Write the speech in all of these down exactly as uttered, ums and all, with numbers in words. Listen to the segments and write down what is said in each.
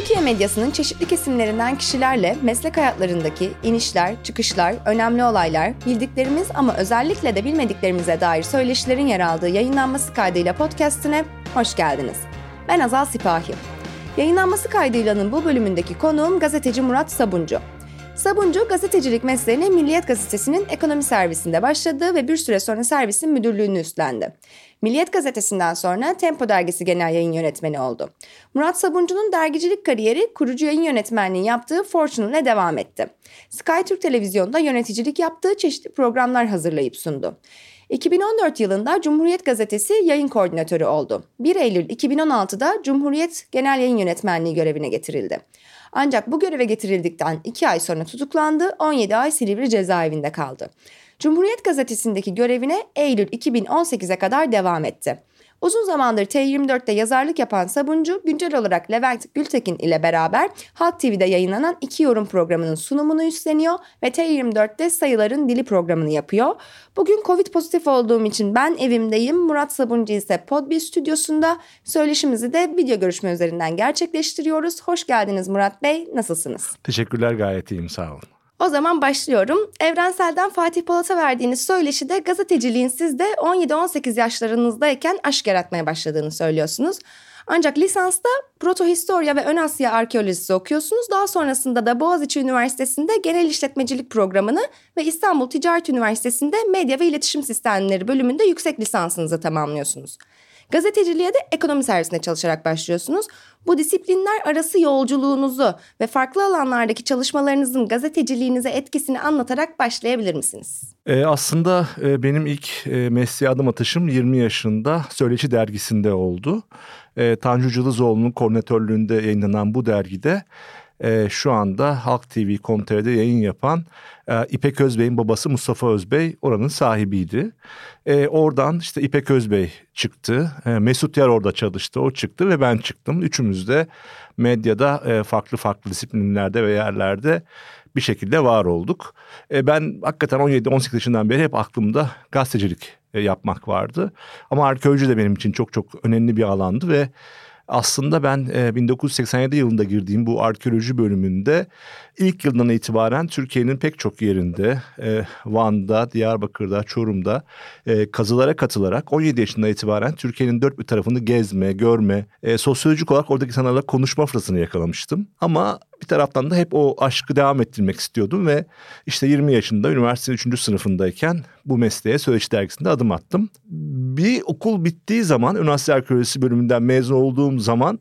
Türkiye medyasının çeşitli kesimlerinden kişilerle meslek hayatlarındaki inişler, çıkışlar, önemli olaylar, bildiklerimiz ama özellikle de bilmediklerimize dair söyleşilerin yer aldığı yayınlanması kaydıyla podcast'ine hoş geldiniz. Ben Azal Sipahi. Yayınlanması kaydıylanın bu bölümündeki konuğum gazeteci Murat Sabuncu. Sabuncu, gazetecilik mesleğine Milliyet Gazetesi'nin ekonomi servisinde başladı ve bir süre sonra servisin müdürlüğünü üstlendi. Milliyet Gazetesi'nden sonra Tempo Dergisi Genel Yayın Yönetmeni oldu. Murat Sabuncu'nun dergicilik kariyeri kurucu yayın yönetmenliği yaptığı Fortune ile devam etti. Sky Türk Televizyonu'nda yöneticilik yaptığı çeşitli programlar hazırlayıp sundu. iki bin on dört yılında Cumhuriyet Gazetesi yayın koordinatörü oldu. bir Eylül iki bin on altıda Cumhuriyet Genel Yayın Yönetmenliği görevine getirildi. Ancak bu göreve getirildikten iki ay sonra tutuklandı, on yedi ay Silivri cezaevinde kaldı. Cumhuriyet Gazetesi'ndeki görevine Eylül iki bin on sekize kadar devam etti. Uzun zamandır T yirmi dörtte yazarlık yapan Sabuncu, güncel olarak Levent Gültekin ile beraber Halk T V'de yayınlanan iki yorum programının sunumunu üstleniyor ve T yirmi dörtte Sayıların Dili programını yapıyor. Bugün Covid pozitif olduğum için ben evimdeyim, Murat Sabuncu ise Podbiz stüdyosunda. Söyleşimizi de video görüşme üzerinden gerçekleştiriyoruz. Hoş geldiniz Murat Bey, nasılsınız? Teşekkürler, gayet iyiyim, sağ olun. O zaman başlıyorum. Evrensel'den Fatih Polat'a verdiğiniz söyleşide gazeteciliğin sizde on yedi on sekiz yaşlarınızdayken aşk yaratmaya başladığını söylüyorsunuz. Ancak lisansta Protohistorya ve Ön Asya Arkeolojisi okuyorsunuz. Daha sonrasında da Boğaziçi Üniversitesi'nde Genel İşletmecilik Programını ve İstanbul Ticaret Üniversitesi'nde Medya ve İletişim Sistemleri bölümünde yüksek lisansınızı tamamlıyorsunuz. Gazeteciliğe de ekonomi servisinde çalışarak başlıyorsunuz. Bu disiplinler arası yolculuğunuzu ve farklı alanlardaki çalışmalarınızın gazeteciliğinize etkisini anlatarak başlayabilir misiniz? Ee, aslında e, benim ilk e, mesleğe adım atışım yirmi yaşında Söyleşi dergisinde oldu. E, Tanju Cılızoğlu'nun koordinatörlüğünde yayınlanan bu dergide e, şu anda Halk T V nokta com nokta tr'de yayın yapan e, İpek Özbey'in babası Mustafa Özbey oranın sahibiydi. E, oradan işte İpek Özbey çıktı, e, Mesut Yar orada çalıştı, o çıktı ve ben çıktım. Üçümüz de medyada e, farklı farklı disiplinlerde ve yerlerde bir şekilde var olduk. E, ben hakikaten on yedi on sekiz yaşından beri hep aklımda gazetecilik e, yapmak vardı. Ama arkeoloji de benim için çok çok önemli bir alandı ve aslında ben e, bin dokuz yüz seksen yedi yılında girdiğim bu arkeoloji bölümünde ilk yıldan itibaren Türkiye'nin pek çok yerinde e, Van'da, Diyarbakır'da, Çorum'da e, kazılara katılarak on yedi yaşından itibaren Türkiye'nin dört bir tarafını gezme, görme, e, sosyolojik olarak oradaki insanlarla konuşma fırsatını yakalamıştım. Ama bir taraftan da hep o aşkı devam ettirmek istiyordum ve işte yirmi yaşında üniversitenin üçüncü sınıfındayken bu mesleğe Söyleşi dergisinde adım attım. Bir okul bittiği zaman, üniversite arkeolojisi bölümünden mezun olduğum zaman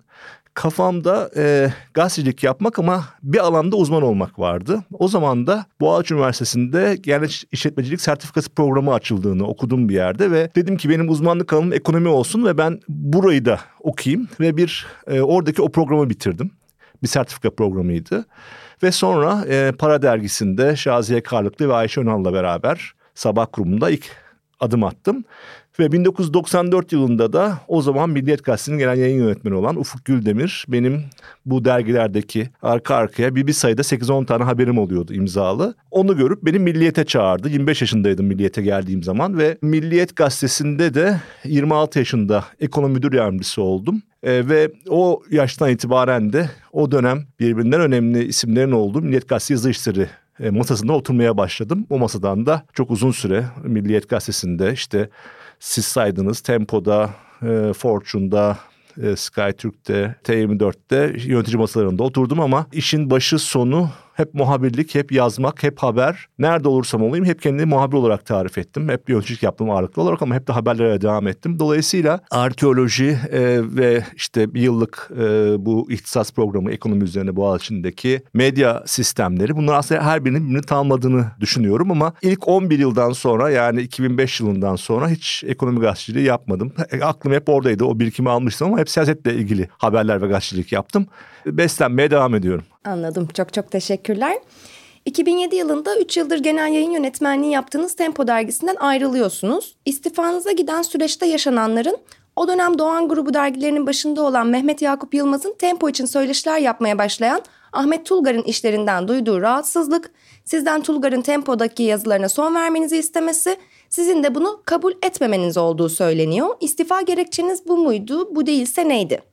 kafamda e, gazetecilik yapmak ama bir alanda uzman olmak vardı. O zaman da Boğaziçi Üniversitesi'nde genel işletmecilik sertifikası programı açıldığını okudum bir yerde ve dedim ki benim uzmanlık alanım ekonomi olsun ve ben burayı da okuyayım ve bir e, oradaki o programı bitirdim. Bir sertifika programıydı. Ve sonra e, Para Dergisi'nde Şaziye Karlıklı ve Ayşe Önal'la beraber Sabah grubunda ilk adım attım. Ve bin dokuz yüz doksan dört yılında da o zaman Milliyet Gazetesi'nin genel yayın yönetmeni olan Ufuk Güldemir benim bu dergilerdeki arka arkaya bir bir sayıda sekiz on tane haberim oluyordu imzalı. Onu görüp beni Milliyet'e çağırdı. yirmi beş yaşındaydım Milliyet'e geldiğim zaman ve Milliyet Gazetesi'nde de yirmi altı yaşında ekonomi müdür yardımcısı oldum. Ee, ve o yaştan itibaren de o dönem birbirinden önemli isimlerin olduğu Milliyet Gazetesi yazı işleri e, masasında oturmaya başladım. O masadan da çok uzun süre Milliyet Gazetesi'nde işte siz saydınız Tempo'da, e, Fortune'da, e, Sky Türk'te, T yirmi dörtte yönetici masalarında oturdum ama işin başı sonu hep muhabirlik, hep yazmak, hep haber. Nerede olursam olayım hep kendimi muhabir olarak tarif ettim. Hep yöneticilik yaptım ağırlıklı olarak ama hep de haberlere devam ettim. Dolayısıyla arkeoloji e, ve işte bir yıllık e, bu ihtisas programı ekonomi üzerine Boğaziçi'ndeki medya sistemleri bunlar aslında her birinin birbirini tamamladığını düşünüyorum ama ilk on bir yıldan sonra yani iki bin beş yılından sonra hiç ekonomi gazeteciliği yapmadım. E, aklım hep oradaydı, o birikimi almıştım ama hep siyasetle ilgili haberler ve gazetecilik yaptım. Beslenmeye devam ediyorum. Anladım. Çok çok teşekkürler. iki bin yedi yılında üç yıldır genel yayın yönetmenliği yaptığınız Tempo dergisinden ayrılıyorsunuz. İstifanıza giden süreçte yaşananların o dönem Doğan Grubu dergilerinin başında olan Mehmet Yakup Yılmaz'ın Tempo için söyleşiler yapmaya başlayan Ahmet Tulgar'ın işlerinden duyduğu rahatsızlık, sizden Tulgar'ın Tempo'daki yazılarına son vermenizi istemesi, sizin de bunu kabul etmemeniz olduğu söyleniyor. İstifa gerekçeniz bu muydu? Bu değilse neydi?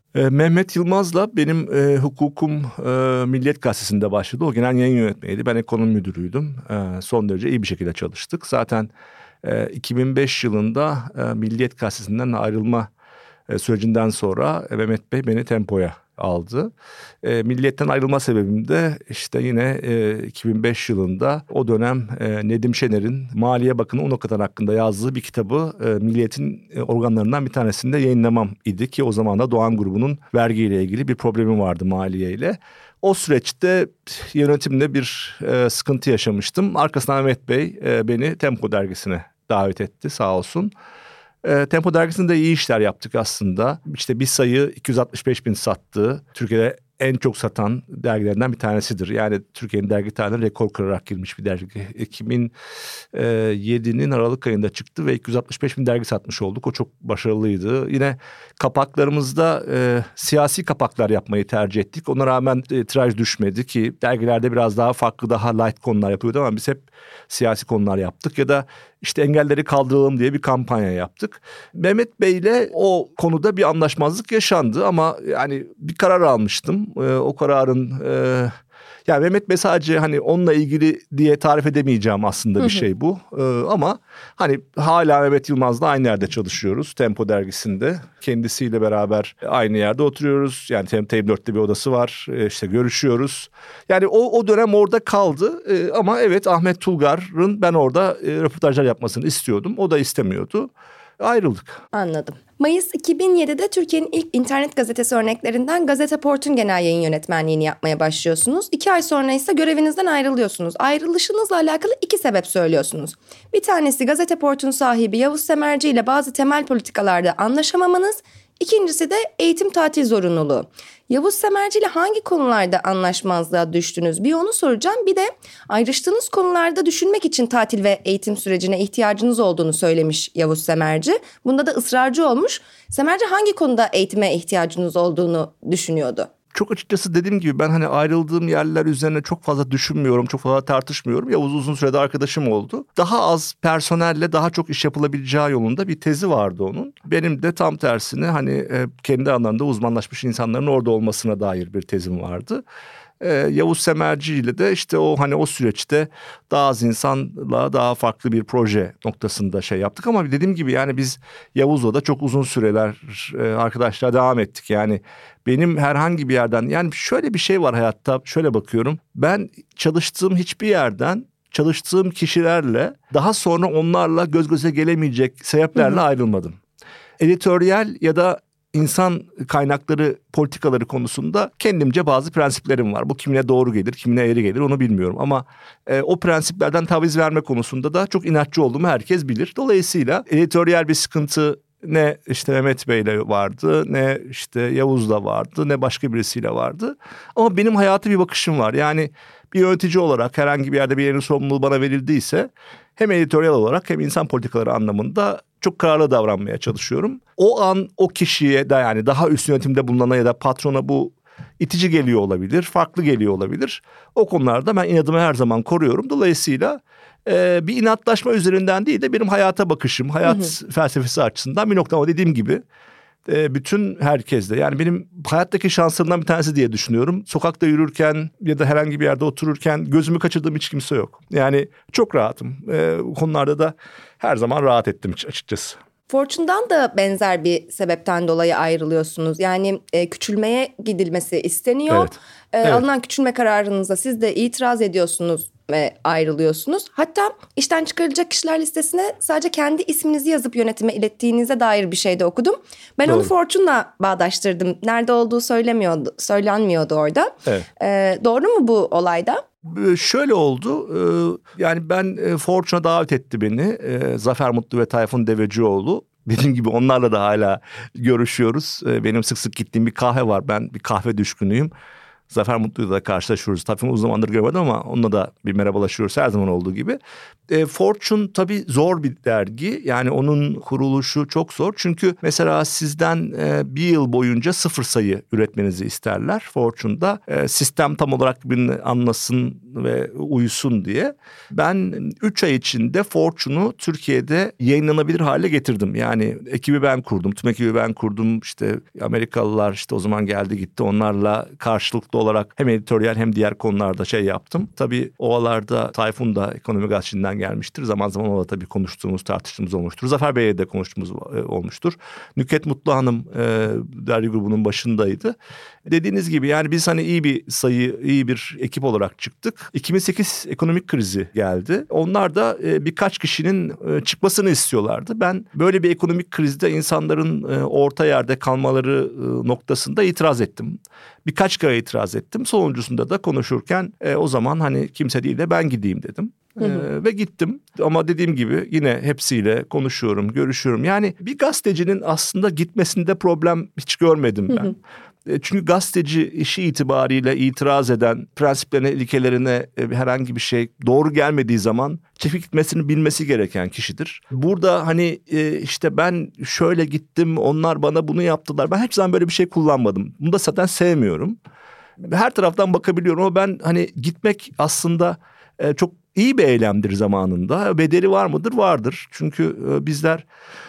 E, Mehmet Yılmaz'la benim e, hukukum e, Milliyet Gazetesi'nde başladı. O genel yayın yönetmeniydi. Ben ekonomi müdürüydüm. E, son derece iyi bir şekilde çalıştık. Zaten e, iki bin beş yılında e, Milliyet Gazetesi'nden ayrılma e, sürecinden sonra e, Mehmet Bey beni Tempo'ya aldı. E, Milliyet'ten ayrılma sebebim de işte yine e, iki bin beş yılında o dönem e, Nedim Şener'in Maliye Bakanı On Okatan hakkında yazdığı bir kitabı e, Milliyet'in e, organlarından bir tanesinde yayınlamam idi ki o zaman da Doğan grubunun vergiyle ilgili bir problemi vardı maliyeyle. O süreçte yönetimde bir e, sıkıntı yaşamıştım. Arkasından Mehmet Bey e, beni Tempo dergisine davet etti sağ olsun. E, Tempo dergisinde iyi işler yaptık aslında. İşte bir sayı iki yüz altmış beş bin sattığı, Türkiye'de en çok satan dergilerinden bir tanesidir. Yani Türkiye'nin dergi tarihine rekor kırarak girmiş bir dergi. iki bin yedinin Aralık ayında çıktı ve iki yüz altmış beş bin dergi satmış olduk. O çok başarılıydı. Yine kapaklarımızda e, siyasi kapaklar yapmayı tercih ettik. Ona rağmen e, tiraj düşmedi ki dergilerde biraz daha farklı, daha light konular yapıyordu ama biz hep siyasi konular yaptık. Ya da işte engelleri kaldıralım diye bir kampanya yaptık. Mehmet Bey'le o konuda bir anlaşmazlık yaşandı ama yani bir karar almıştım. Ee, o kararın e, yani Mehmet Bey sadece hani onunla ilgili diye tarif edemeyeceğim aslında bir hı hı. şey bu. Ee, ama hani hala Mehmet Yılmaz'la aynı yerde çalışıyoruz. Tempo dergisinde. Kendisiyle beraber aynı yerde oturuyoruz. Yani T M dörtte bir odası var. Ee, işte görüşüyoruz. Yani o, o dönem orada kaldı. Ee, ama evet Ahmet Tulgar'ın ben orada e, röportajlar yapmasını istiyordum. O da istemiyordu. Ayrıldık. Anladım. Mayıs iki bin yedide Türkiye'nin ilk internet gazetesi örneklerinden Gazete Port'un genel yayın yönetmenliğini yapmaya başlıyorsunuz. İki ay sonra ise görevinizden ayrılıyorsunuz. Ayrılışınızla alakalı iki sebep söylüyorsunuz. Bir tanesi Gazete Port'un sahibi Yavuz Semerci ile bazı temel politikalarda anlaşamamanız. İkincisi de eğitim tatil zorunluluğu. Yavuz Semerci ile hangi konularda anlaşmazlığa düştünüz? Bir onu soracağım. Bir de ayrıştığınız konularda düşünmek için tatil ve eğitim sürecine ihtiyacınız olduğunu söylemiş Yavuz Semerci. Bunda da ısrarcı olmuş. Semerci hangi konuda eğitime ihtiyacınız olduğunu düşünüyordu? Çok açıkçası dediğim gibi ben hani ayrıldığım yerler üzerine çok fazla düşünmüyorum, çok fazla tartışmıyorum. Yavuz uzun sürede arkadaşım oldu. Daha az personelle daha çok iş yapılabileceği yolunda bir tezi vardı onun. Benim de tam tersine hani kendi alanında uzmanlaşmış insanların orada olmasına dair bir tezim vardı. Ee, Yavuz Semerci ile de işte o hani o süreçte daha az insanla daha farklı bir proje noktasında şey yaptık ama dediğim gibi yani biz Yavuz'la da çok uzun süreler e, arkadaşlar devam ettik. Yani benim herhangi bir yerden yani şöyle bir şey var hayatta, şöyle bakıyorum, ben çalıştığım hiçbir yerden çalıştığım kişilerle daha sonra onlarla göz göze gelemeyecek sebeplerle hı hı. ayrılmadım. Editoryal ya da İnsan kaynakları politikaları konusunda kendimce bazı prensiplerim var. Bu kimine doğru gelir, kimine eğri gelir onu bilmiyorum. Ama e, o prensiplerden taviz verme konusunda da çok inatçı olduğumu herkes bilir. Dolayısıyla editoryal bir sıkıntı ne işte Mehmet Bey'le vardı, ne işte Yavuz'la vardı, ne başka birisiyle vardı. Ama benim hayata bir bakışım var. Yani bir yönetici olarak herhangi bir yerde bir yerin sorumluluğu bana verildiyse hem editoryal olarak hem insan politikaları anlamında çok kararlı davranmaya çalışıyorum. O an o kişiye de yani daha üst yönetimde bulunana ya da patrona bu itici geliyor olabilir, farklı geliyor olabilir. O konularda ben inadımı her zaman koruyorum. Dolayısıyla e, bir inatlaşma üzerinden değil de benim hayata bakışım, hayat hı hı. felsefesi açısından bir nokta ama dediğim gibi e, bütün herkesle yani benim hayattaki şanslarımdan bir tanesi diye düşünüyorum. Sokakta yürürken ya da herhangi bir yerde otururken gözümü kaçırdığım hiç kimse yok. Yani çok rahatım. E, bu konularda da her zaman rahat ettim açıkçası. Fortune'dan da benzer bir sebepten dolayı ayrılıyorsunuz. Yani e, küçülmeye gidilmesi isteniyor. Evet. E, evet. Alınan küçülme kararınıza siz de itiraz ediyorsunuz ve ayrılıyorsunuz. Hatta işten çıkarılacak kişiler listesine sadece kendi isminizi yazıp yönetime ilettiğinize dair bir şey de okudum. Ben Doğru. onu Fortune'la bağdaştırdım. Nerede olduğu söylemiyordu, söylenmiyordu orada. Evet. E, doğru mu bu olayda? Şöyle oldu, yani ben Fortune'a davet etti beni Zafer Mutlu ve Tayfun Devecioğlu. Dediğim gibi onlarla da hala görüşüyoruz. Benim sık sık gittiğim bir kahve var, ben bir kahve düşkünüyüm. Zafer Mutlu'yla da karşılaşıyoruz. Tabii uzun zamandır görmedim ama onunla da bir merhabalaşıyoruz her zaman olduğu gibi. E, Fortune tabii zor bir dergi. Yani onun kuruluşu çok zor. Çünkü mesela sizden e, bir yıl boyunca sıfır sayı üretmenizi isterler. Fortune'da e, sistem tam olarak birbirini anlasın ve uyusun diye. Ben üç ay içinde Fortune'u Türkiye'de yayınlanabilir hale getirdim. Yani ekibi ben kurdum. Tüm ekibi ben kurdum. İşte Amerikalılar işte o zaman geldi gitti. Onlarla karşılıklı olarak hem editoryal hem diğer konularda şey yaptım. Tabii ovalarda Tayfun da Ekonomi Gazetesi'nden gelmiştir. Zaman zaman o da tabii konuştuğumuz, tartıştığımız olmuştur. Zafer Bey'le de konuştuğumuz olmuştur. Nükhet Mutlu Hanım e, dergi grubunun başındaydı. Dediğiniz gibi yani biz hani iyi bir sayı, iyi bir ekip olarak çıktık. iki bin sekiz ekonomik krizi geldi. Onlar da e, birkaç kişinin e, çıkmasını istiyorlardı. Ben böyle bir ekonomik krizde insanların e, orta yerde kalmaları e, noktasında itiraz ettim. Birkaç kere itiraz ettim. Sonuncusunda da konuşurken e, o zaman hani kimse değil de ben gideyim dedim. Hı hı. Ee, ve gittim ama dediğim gibi yine hepsiyle konuşuyorum, görüşüyorum. Yani bir gazetecinin aslında gitmesinde problem hiç görmedim ben. Hı hı. Çünkü gazeteci işi itibariyle itiraz eden, prensiplerine, ilkelerine herhangi bir şey doğru gelmediği zaman çekip gitmesini bilmesi gereken kişidir. Burada hani işte ben şöyle gittim, onlar bana bunu yaptılar. Ben hiçbir zaman böyle bir şey kullanmadım. Bunu da zaten sevmiyorum. Her taraftan bakabiliyorum ama ben hani gitmek aslında çok iyi bir eylemdir zamanında. Bedeli var mıdır? Vardır. Çünkü bizler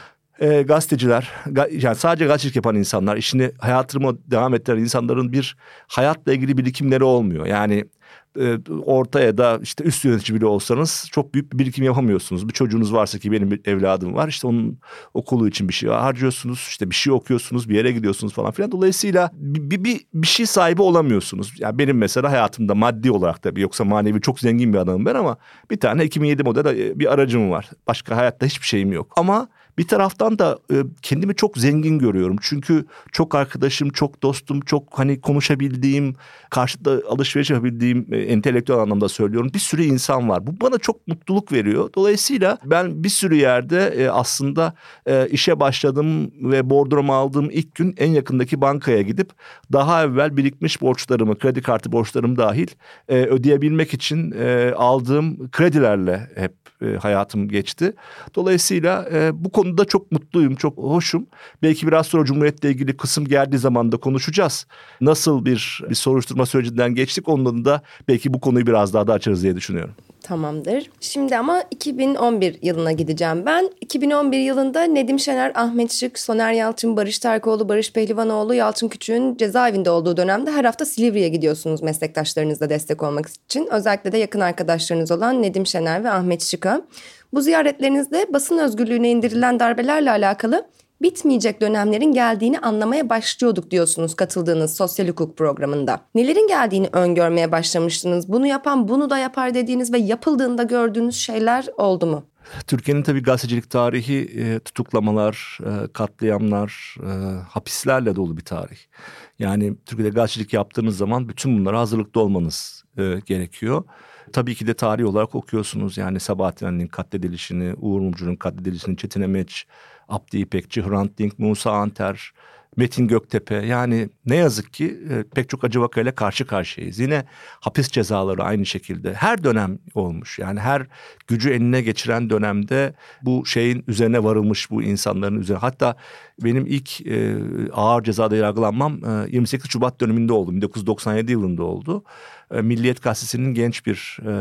e, gazeteciler, yani sadece gazetecilik yapan insanlar, işini hayatını devam ettiren insanların bir hayatla ilgili birikimleri olmuyor. Yani e, ortaya da işte üst yönetici bile olsanız çok büyük bir birikim yapamıyorsunuz. Bir çocuğunuz varsa ki benim bir evladım var. İşte onun okulu için bir şey harcıyorsunuz. İşte bir şey okuyorsunuz, bir yere gidiyorsunuz falan filan. Dolayısıyla bir, bir, bir şey sahibi olamıyorsunuz. Yani benim mesela hayatımda maddi olarak tabii yoksa manevi çok zengin bir adamım ben ama bir tane iki bin yedi model bir aracım var. Başka hayatta hiçbir şeyim yok. Ama bir taraftan da e, kendimi çok zengin görüyorum. Çünkü çok arkadaşım, çok dostum, çok hani konuşabildiğim, karşıda alışveriş yapabildiğim, e, entelektüel anlamda söylüyorum. Bir sürü insan var. Bu bana çok mutluluk veriyor. Dolayısıyla ben bir sürü yerde e, aslında e, işe başladım ve bordromu aldığım ilk gün en yakındaki bankaya gidip daha evvel birikmiş borçlarımı, kredi kartı borçlarım dahil e, ödeyebilmek için e, aldığım kredilerle hep e, hayatım geçti. Dolayısıyla e, bu konuda çok mutluyum, çok hoşum. Belki biraz sonra Cumhuriyet'le ilgili kısım geldiği zaman da konuşacağız. Nasıl bir, bir soruşturma sürecinden geçtik, ondan da belki bu konuyu biraz daha da açarız diye düşünüyorum. Tamamdır. Şimdi ama iki bin on bir yılına gideceğim ben. iki bin on bir yılında Nedim Şener, Ahmet Şık, Soner Yalçın, Barış Terkoğlu, Barış Pehlivanoğlu, Yalçın Küçük'ün cezaevinde olduğu dönemde her hafta Silivri'ye gidiyorsunuz meslektaşlarınızla destek olmak için. Özellikle de yakın arkadaşlarınız olan Nedim Şener ve Ahmet Şık'a. Bu ziyaretlerinizde basın özgürlüğüne indirilen darbelerle alakalı bitmeyecek dönemlerin geldiğini anlamaya başlıyorduk diyorsunuz katıldığınız sosyal hukuk programında. Nelerin geldiğini öngörmeye başlamıştınız? Bunu yapan bunu da yapar dediğiniz ve yapıldığında gördüğünüz şeyler oldu mu? Türkiye'nin tabii gazetecilik tarihi e, tutuklamalar, e, katliamlar, e, hapislerle dolu bir tarih. Yani Türkiye'de gazetecilik yaptığınız zaman bütün bunlara hazırlıklı olmanız e, gerekiyor. Tabii ki de tarih olarak okuyorsunuz. Yani Sabahattin Ali'nin katledilişini, Uğur Mumcu'nun katledilişini, Çetin Emeç, Abdi İpekçi, Hrant Dink, Musa Anter, Metin Göktepe. Yani ne yazık ki e, pek çok acı vakayla karşı karşıyayız. Yine hapis cezaları aynı şekilde. Her dönem olmuş. Yani her gücü eline geçiren dönemde bu şeyin üzerine varılmış, bu insanların üzerine. Hatta benim ilk e, ağır cezada yargılanmam e, yirmi sekiz Şubat döneminde oldu. bin dokuz yüz doksan yedi yılında oldu. E, Milliyet Gazetesi'nin genç bir e,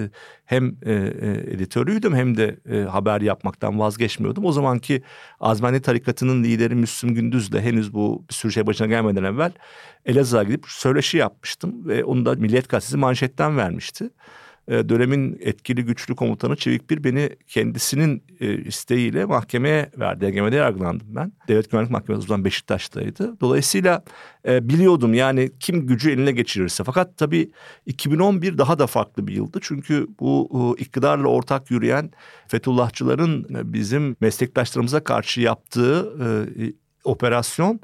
hem e, editörüydüm hem de e, haber yapmaktan vazgeçmiyordum. O zamanki Azmani Tarikatı'nın lideri Müslüm Gündüz'le henüz bu bir sürü şey başına gelmeden evvel Elazığ'a gidip söyleşi yapmıştım. Ve onu da Milliyet Gazetesi manşetten vermişti. Dönemin etkili güçlü komutanı Çevik Bir beni kendisinin isteğiyle mahkemeye verdi. D G M'de yargılandım ben. Devlet Güvenlik Mahkemesi o zaman Beşiktaş'taydı. Dolayısıyla e, biliyordum yani kim gücü eline geçirirse. Fakat tabii iki bin on bir daha da farklı bir yıldı. Çünkü bu e, iktidarla ortak yürüyen Fethullahçıların bizim meslektaşlarımıza karşı yaptığı e, operasyon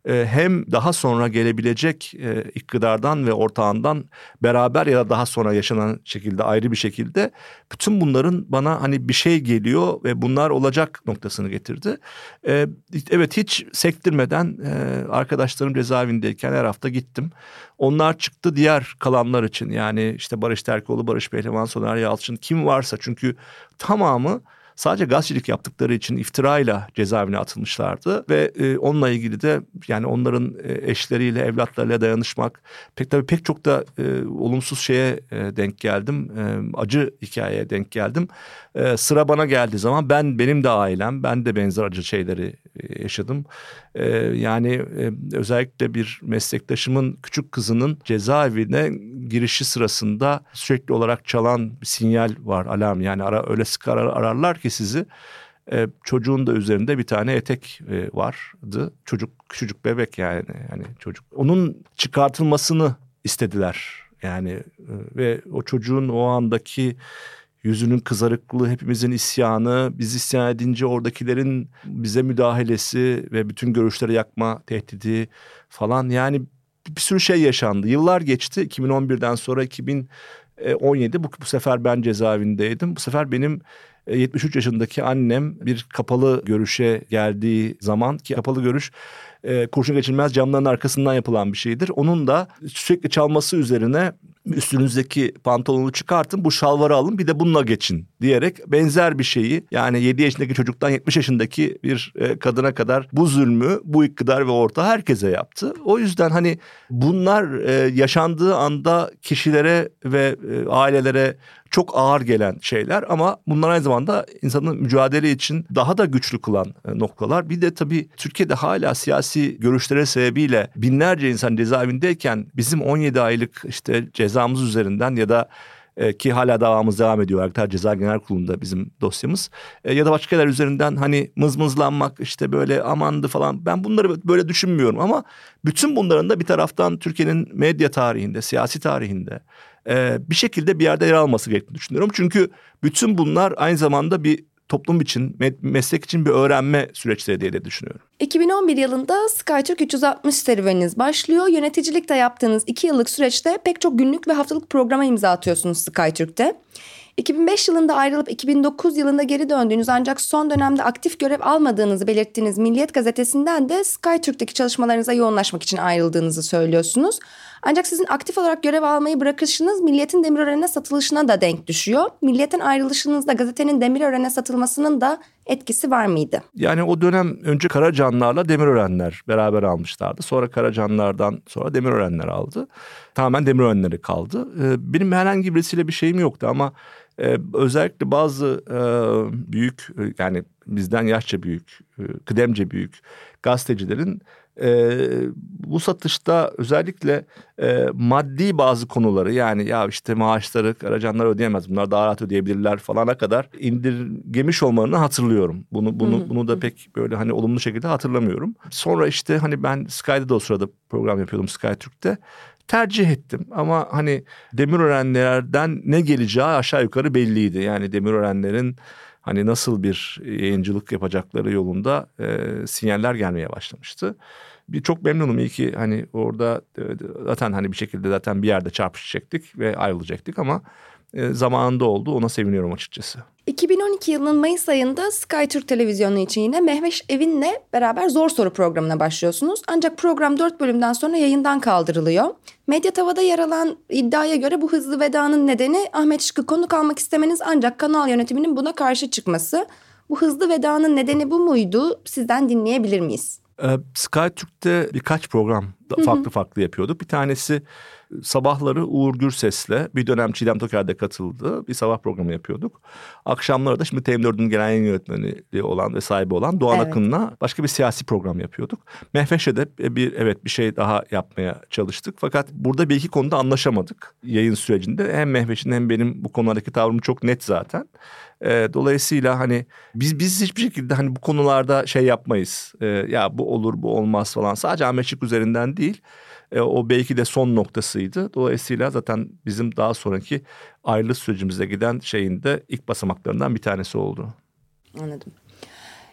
e, hem daha sonra gelebilecek e, iktidardan ve ortağından beraber ya da daha sonra yaşanan şekilde ayrı bir şekilde bütün bunların bana hani bir şey geliyor ve bunlar olacak noktasını getirdi. E, evet hiç sektirmeden e, arkadaşlarım cezaevindeyken her hafta gittim. Onlar çıktı diğer kalanlar için, yani işte Barış Terkoğlu, Barış Pehlivan, Soner Yalçın, kim varsa, çünkü tamamı sadece gazetecilik yaptıkları için iftirayla cezaevine atılmışlardı ve e, onunla ilgili de yani onların e, eşleriyle, evlatlarıyla dayanışmak, pek tabii pek çok da e, olumsuz şeye e, denk geldim, e, acı hikayeye denk geldim. E, sıra bana geldiği zaman ben, benim de ailem, ben de benzer acı şeyleri e, yaşadım. E, yani e, özellikle bir meslektaşımın küçük kızının cezaevine girişi sırasında sürekli olarak çalan bir sinyal var, alarm, yani ara, öyle sık arar, ararlar ki sizi. Ee, çocuğun da üzerinde bir tane etek e, vardı. Çocuk, küçücük bebek yani, yani çocuk. Onun çıkartılmasını istediler yani e, ve o çocuğun o andaki yüzünün kızarıklığı, hepimizin isyanı, biz isyan edince oradakilerin bize müdahalesi ve bütün görüşleri yakma tehdidi falan, yani bir sürü şey yaşandı. Yıllar geçti. iki bin on birden sonra iki bin on yedi bu, bu sefer ben cezaevindeydim. Bu sefer benim yetmiş üç yaşındaki annem bir kapalı görüşe geldiği zaman, ki kapalı görüş e, kurşun geçirmez camların arkasından yapılan bir şeydir. Onun da sürekli çalması üzerine üstünüzdeki pantolonu çıkartın, bu şalvarı alın, bir de bununla geçin diyerek benzer bir şeyi, yani yedi yaşındaki çocuktan yetmiş yaşındaki bir e, kadına kadar bu zulmü bu iktidar ve orta herkese yaptı. O yüzden hani bunlar e, yaşandığı anda kişilere ve e, ailelere çok ağır gelen şeyler, ama bunlar aynı zamanda insanın mücadele için daha da güçlü kılan e, noktalar. Bir de tabii Türkiye'de hala siyasi görüşleri sebebiyle binlerce insan cezaevindeyken bizim on yedi aylık işte cezamız üzerinden ya da e, ki hala davamız devam ediyor. Arkadaşlar Ceza Genel Kurulu'nda bizim dosyamız e, ya da başka şeyler üzerinden hani mızmızlanmak, işte böyle amandı falan, ben bunları böyle düşünmüyorum, ama bütün bunların da bir taraftan Türkiye'nin medya tarihinde, siyasi tarihinde e, bir şekilde bir yerde yer alması gerektiğini düşünüyorum. Çünkü bütün bunlar aynı zamanda bir toplum için, meslek için bir öğrenme süreçleri diye de düşünüyorum. iki bin on bir yılında SkyTürk üç yüz altmış serüveniniz başlıyor. Yöneticilikte yaptığınız iki yıllık süreçte pek çok günlük ve haftalık programa imza atıyorsunuz SkyTürk'te. iki bin beş yılında ayrılıp iki bin dokuz yılında geri döndüğünüz ancak son dönemde aktif görev almadığınızı belirttiğiniz Milliyet Gazetesi'nden de SkyTürk'teki çalışmalarınıza yoğunlaşmak için ayrıldığınızı söylüyorsunuz. Ancak sizin aktif olarak görev almayı bırakışınız Milliyet'in Demirören'e satılışına da denk düşüyor. Milliyet'in ayrılışınızda gazetenin Demirören'e satılmasının da etkisi var mıydı? Yani o dönem önce Karacanlar'la Demirörenler beraber almışlardı. Sonra Karacanlar'dan sonra Demirörenler aldı. Tamamen Demirörenleri kaldı. Benim herhangi birisiyle bir şeyim yoktu, ama Ee, özellikle bazı e, büyük, yani bizden yaşça büyük, e, kıdemce büyük gazetecilerin e, bu satışta özellikle e, maddi bazı konuları, yani ya işte maaşları Karacanlar ödeyemez, bunlar daha rahat ödeyebilirler falana kadar indirgemiş olmalarını hatırlıyorum. Bunu bunu hı hı. bunu da pek böyle hani olumlu şekilde hatırlamıyorum. Sonra işte hani ben Sky'da da o sırada program yapıyordum, SkyTürk'te. Tercih ettim, ama hani Demirörenlerden ne geleceği aşağı yukarı belliydi. Yani Demirörenlerin hani nasıl bir yayıncılık yapacakları yolunda e, sinyaller gelmeye başlamıştı. Bir çok memnunum, iyi ki hani orada e, zaten hani bir şekilde zaten bir yerde çarpışacaktık ve ayrılacaktık, ama e, zamanında oldu, ona seviniyorum açıkçası. iki bin on iki yılının Mayıs ayında SkyTürk televizyonu için yine Mehveş Evin'le beraber Zor Soru programına başlıyorsunuz. Ancak program dört bölümden sonra yayından kaldırılıyor. Medyatava'da yer alan iddiaya göre bu hızlı vedanın nedeni Ahmet Şık'ı konuk almak istemeniz, ancak kanal yönetiminin buna karşı çıkması. Bu hızlı vedanın nedeni bu muydu? Sizden dinleyebilir miyiz? Ee, SkyTürk'te birkaç program farklı farklı yapıyorduk. Bir tanesi sabahları Uğur Gürses'le, bir dönem Çiğdem Toker'de katıldığı bir sabah programı yapıyorduk. Akşamları da şimdi T V dördün genel yayın yönetmeni olan ve sahibi olan Doğan evet. Akın'la başka bir siyasi program yapıyorduk. Mehveş'e de bir evet bir şey daha yapmaya çalıştık. Fakat burada bir iki konuda anlaşamadık yayın sürecinde. Hem Mehveş'in hem benim bu konulardaki tavrım çok net zaten. E, dolayısıyla hani biz biz hiçbir şekilde hani bu konularda şey yapmayız. E, ya bu olur bu olmaz falan. Sadece Ahmet Şık üzerinden değil. E, o belki de son noktasıydı. Dolayısıyla zaten bizim daha sonraki ayrılık sürecimize giden şeyin de ilk basamaklarından bir tanesi oldu. Anladım.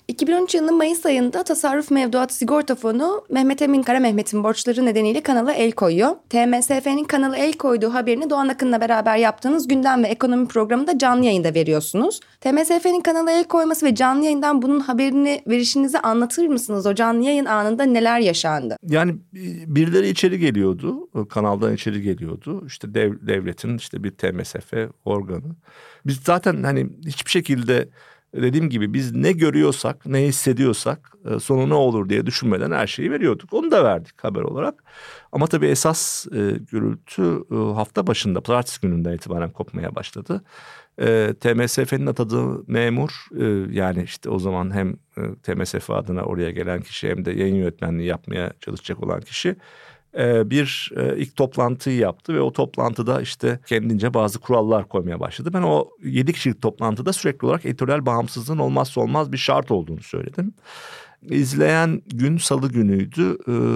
iki bin on üç yılının Mayıs ayında Tasarruf Mevduat Sigorta Fonu Mehmet Emin Kara Mehmet'in borçları nedeniyle kanala el koyuyor. T M S F'nin kanala el koyduğu haberini Doğan Akın'la beraber yaptığınız Gündem ve Ekonomi programında canlı yayında veriyorsunuz. T M S F'nin kanala el koyması ve canlı yayından bunun haberini verişinizi anlatır mısınız? O canlı yayın anında neler yaşandı? Yani birileri içeri geliyordu, kanaldan içeri geliyordu. İşte dev, devletin işte bir T M S F organı. Biz zaten hani hiçbir şekilde dediğim gibi biz ne görüyorsak, ne hissediyorsak sonu ne olur diye düşünmeden her şeyi veriyorduk. Onu da verdik haber olarak. Ama tabii esas e, gürültü e, hafta başında, pazartesi gününden itibaren kopmaya başladı. E, T M S F'nin atadığı memur, e, yani işte o zaman hem e, T M S F adına oraya gelen kişi hem de yayın yönetmenliği yapmaya çalışacak olan kişi bir ilk toplantıyı yaptı ve o toplantıda işte kendince bazı kurallar koymaya başladı. Ben o yedi kişilik toplantıda sürekli olarak editoryal bağımsızlığın olmazsa olmaz bir şart olduğunu söyledim. İzleyen gün Salı günüydü.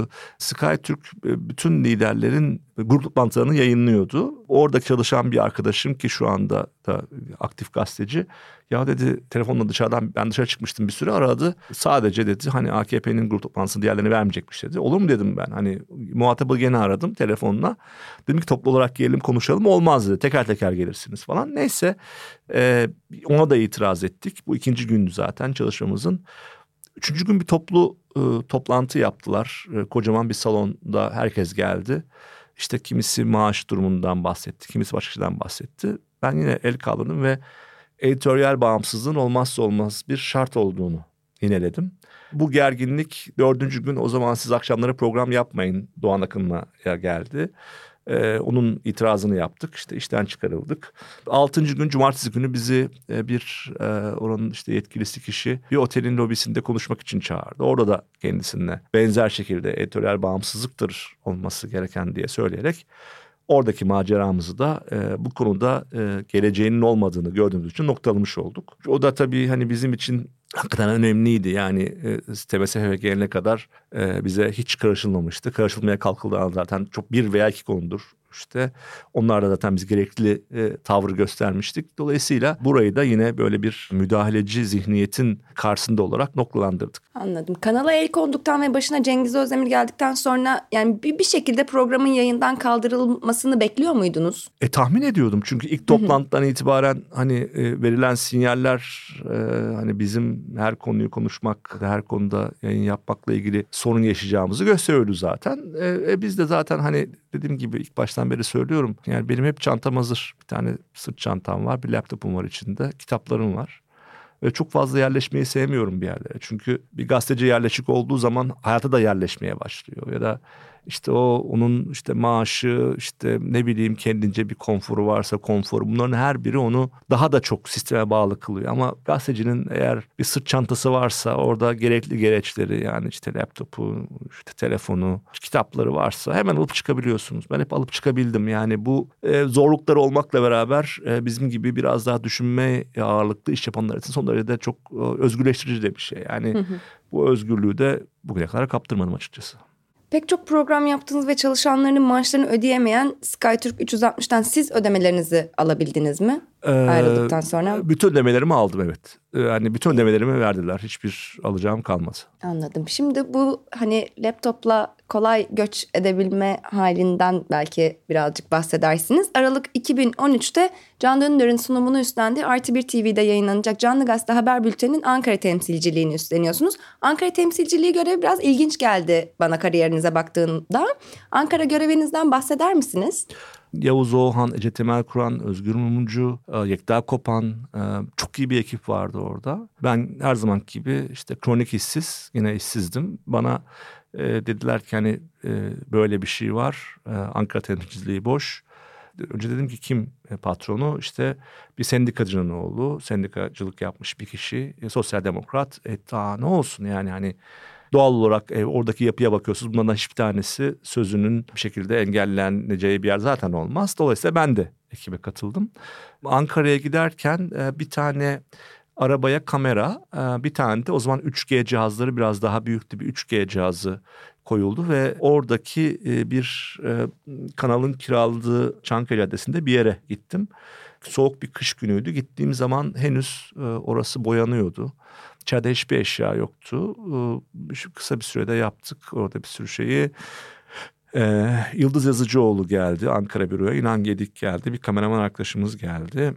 SkyTürk bütün liderlerin grup toplantılarını yayınlıyordu. Orada çalışan bir arkadaşım ki şu anda da aktif gazeteci. Ya dedi, telefonla dışarıdan, ben dışarı çıkmıştım bir süre, aradı. Sadece dedi hani A K P'nin grup toplantısını diğerlerine vermeyecekmiş dedi. Olur mu dedim ben. Hani muhatabı gene aradım telefonla. Dedim ki toplu olarak gelelim konuşalım. Olmaz dedi. Teker teker gelirsiniz falan. Neyse e, ona da itiraz ettik. Bu ikinci gündü zaten çalışmamızın. Üçüncü gün bir toplu e, toplantı yaptılar. E, kocaman bir salonda herkes geldi. İşte kimisi maaş durumundan bahsetti, kimisi başka şeyden bahsetti. Ben yine el kaldırdım ve editoryal bağımsızlığın olmazsa olmaz bir şart olduğunu yineledim. Bu gerginlik dördüncü gün, o zaman siz akşamları program yapmayın, Doğan Akın'la geldi. Ee, onun itirazını yaptık, işte işten çıkarıldık. Altıncı gün cumartesi günü bizi e, bir e, oranın işte yetkilisi kişi bir otelin lobisinde konuşmak için çağırdı. Orada da kendisine benzer şekilde editoryal bağımsızlıktır olması gereken diye söyleyerek oradaki maceramızı da e, bu konuda e, geleceğinin olmadığını gördüğümüz için noktalamış olduk. O da tabii hani bizim için hakikaten önemliydi. Yani e, T M S F'ye gelene kadar e, bize hiç karışılmamıştı. Karışılmaya kalkıldığı zaten çok bir veya iki konudur. İşte onlar da zaten biz gerekli e, tavrı göstermiştik. Dolayısıyla burayı da yine böyle bir müdahaleci zihniyetin karşısında olarak noktalandırdık. Anladım. Kanala el konduktan ve başına Cengiz Özdemir geldikten sonra yani bir, bir şekilde programın yayından kaldırılmasını bekliyor muydunuz? E tahmin ediyordum çünkü ilk toplantıdan itibaren hani e, verilen sinyaller e, hani bizim her konuyu konuşmak, her konuda yayın yapmakla ilgili sorun yaşayacağımızı gösteriyordu zaten. E, e, biz de zaten hani dediğim gibi ilk baştan beri söylüyorum. Yani benim hep çantam hazır. Bir tane sırt çantam var, bir laptopum var içinde, kitaplarım var. Ve çok fazla yerleşmeyi sevmiyorum bir yerlere. Çünkü bir gazeteci yerleşik olduğu zaman hayata da yerleşmeye başlıyor. Ya da işte o onun işte maaşı, işte ne bileyim kendince bir konforu varsa konforu. Bunların her biri onu daha da çok sisteme bağlı kılıyor. Ama gazetecinin eğer bir sırt çantası varsa orada gerekli gereçleri, yani işte laptopu, işte telefonu, kitapları varsa hemen alıp çıkabiliyorsunuz. Ben hep alıp çıkabildim. Yani bu e, zorlukları olmakla beraber e, bizim gibi biraz daha düşünme ağırlıklı iş yapanlar için son derece çok e, özgürleştirici de bir şey. Yani hı hı. Bu özgürlüğü de bugüne kadar kaptırmadım açıkçası. Pek çok program yaptınız ve çalışanlarının maaşlarını ödeyemeyen SkyTürk üç yüz altmıştan siz ödemelerinizi alabildiniz mi? Ee, Ayrıldıktan sonra. Bütün ödemelerimi aldım, evet. Yani bütün ödemelerimi verdiler. Hiçbir alacağım kalmadı. Anladım. Şimdi bu hani laptopla kolay göç edebilme halinden belki birazcık bahsedersiniz. Aralık iki bin on üçte Can Dündar'ın sunumunu üstlendiği Artı bir T V'de yayınlanacak Canlı Gazete Haber Bülteni'nin Ankara temsilciliğini üstleniyorsunuz. Ankara temsilciliği görevi biraz ilginç geldi bana kariyerinize baktığımda. Ankara görevinizden bahseder misiniz? Yavuz Oğhan, Ece Temel Kur'an, Özgür Mumcu, Yekta Kopan, çok iyi bir ekip vardı orada. Ben her zamanki gibi işte kronik işsiz, yine işsizdim. Bana e, dediler ki hani e, böyle bir şey var, e, Ankara temsilciliği boş. Önce dedim ki kim patronu? İşte bir sendikacının oğlu, sendikacılık yapmış bir kişi, e, sosyal demokrat. E, daha ne olsun yani hani... Doğal olarak e, oradaki yapıya bakıyorsunuz. Bunlardan hiçbir tanesi sözünün bir şekilde engelleneceği bir yer zaten olmaz. Dolayısıyla ben de ekibe katıldım. Ankara'ya giderken e, bir tane arabaya kamera, e, bir tane de o zaman üç G cihazları, biraz daha büyüktü bir üç G cihazı koyuldu. Ve oradaki e, bir e, kanalın kiraladığı Çankaya Caddesi'nde bir yere gittim. Soğuk bir kış günüydü. Gittiğim zaman henüz e, orası boyanıyordu. İçeride hiçbir eşya yoktu. Şu kısa bir sürede yaptık orada bir sürü şeyi. Ee, Yıldız Yazıcıoğlu geldi Ankara büroya. İnan Gedik geldi. Bir kameraman arkadaşımız geldi.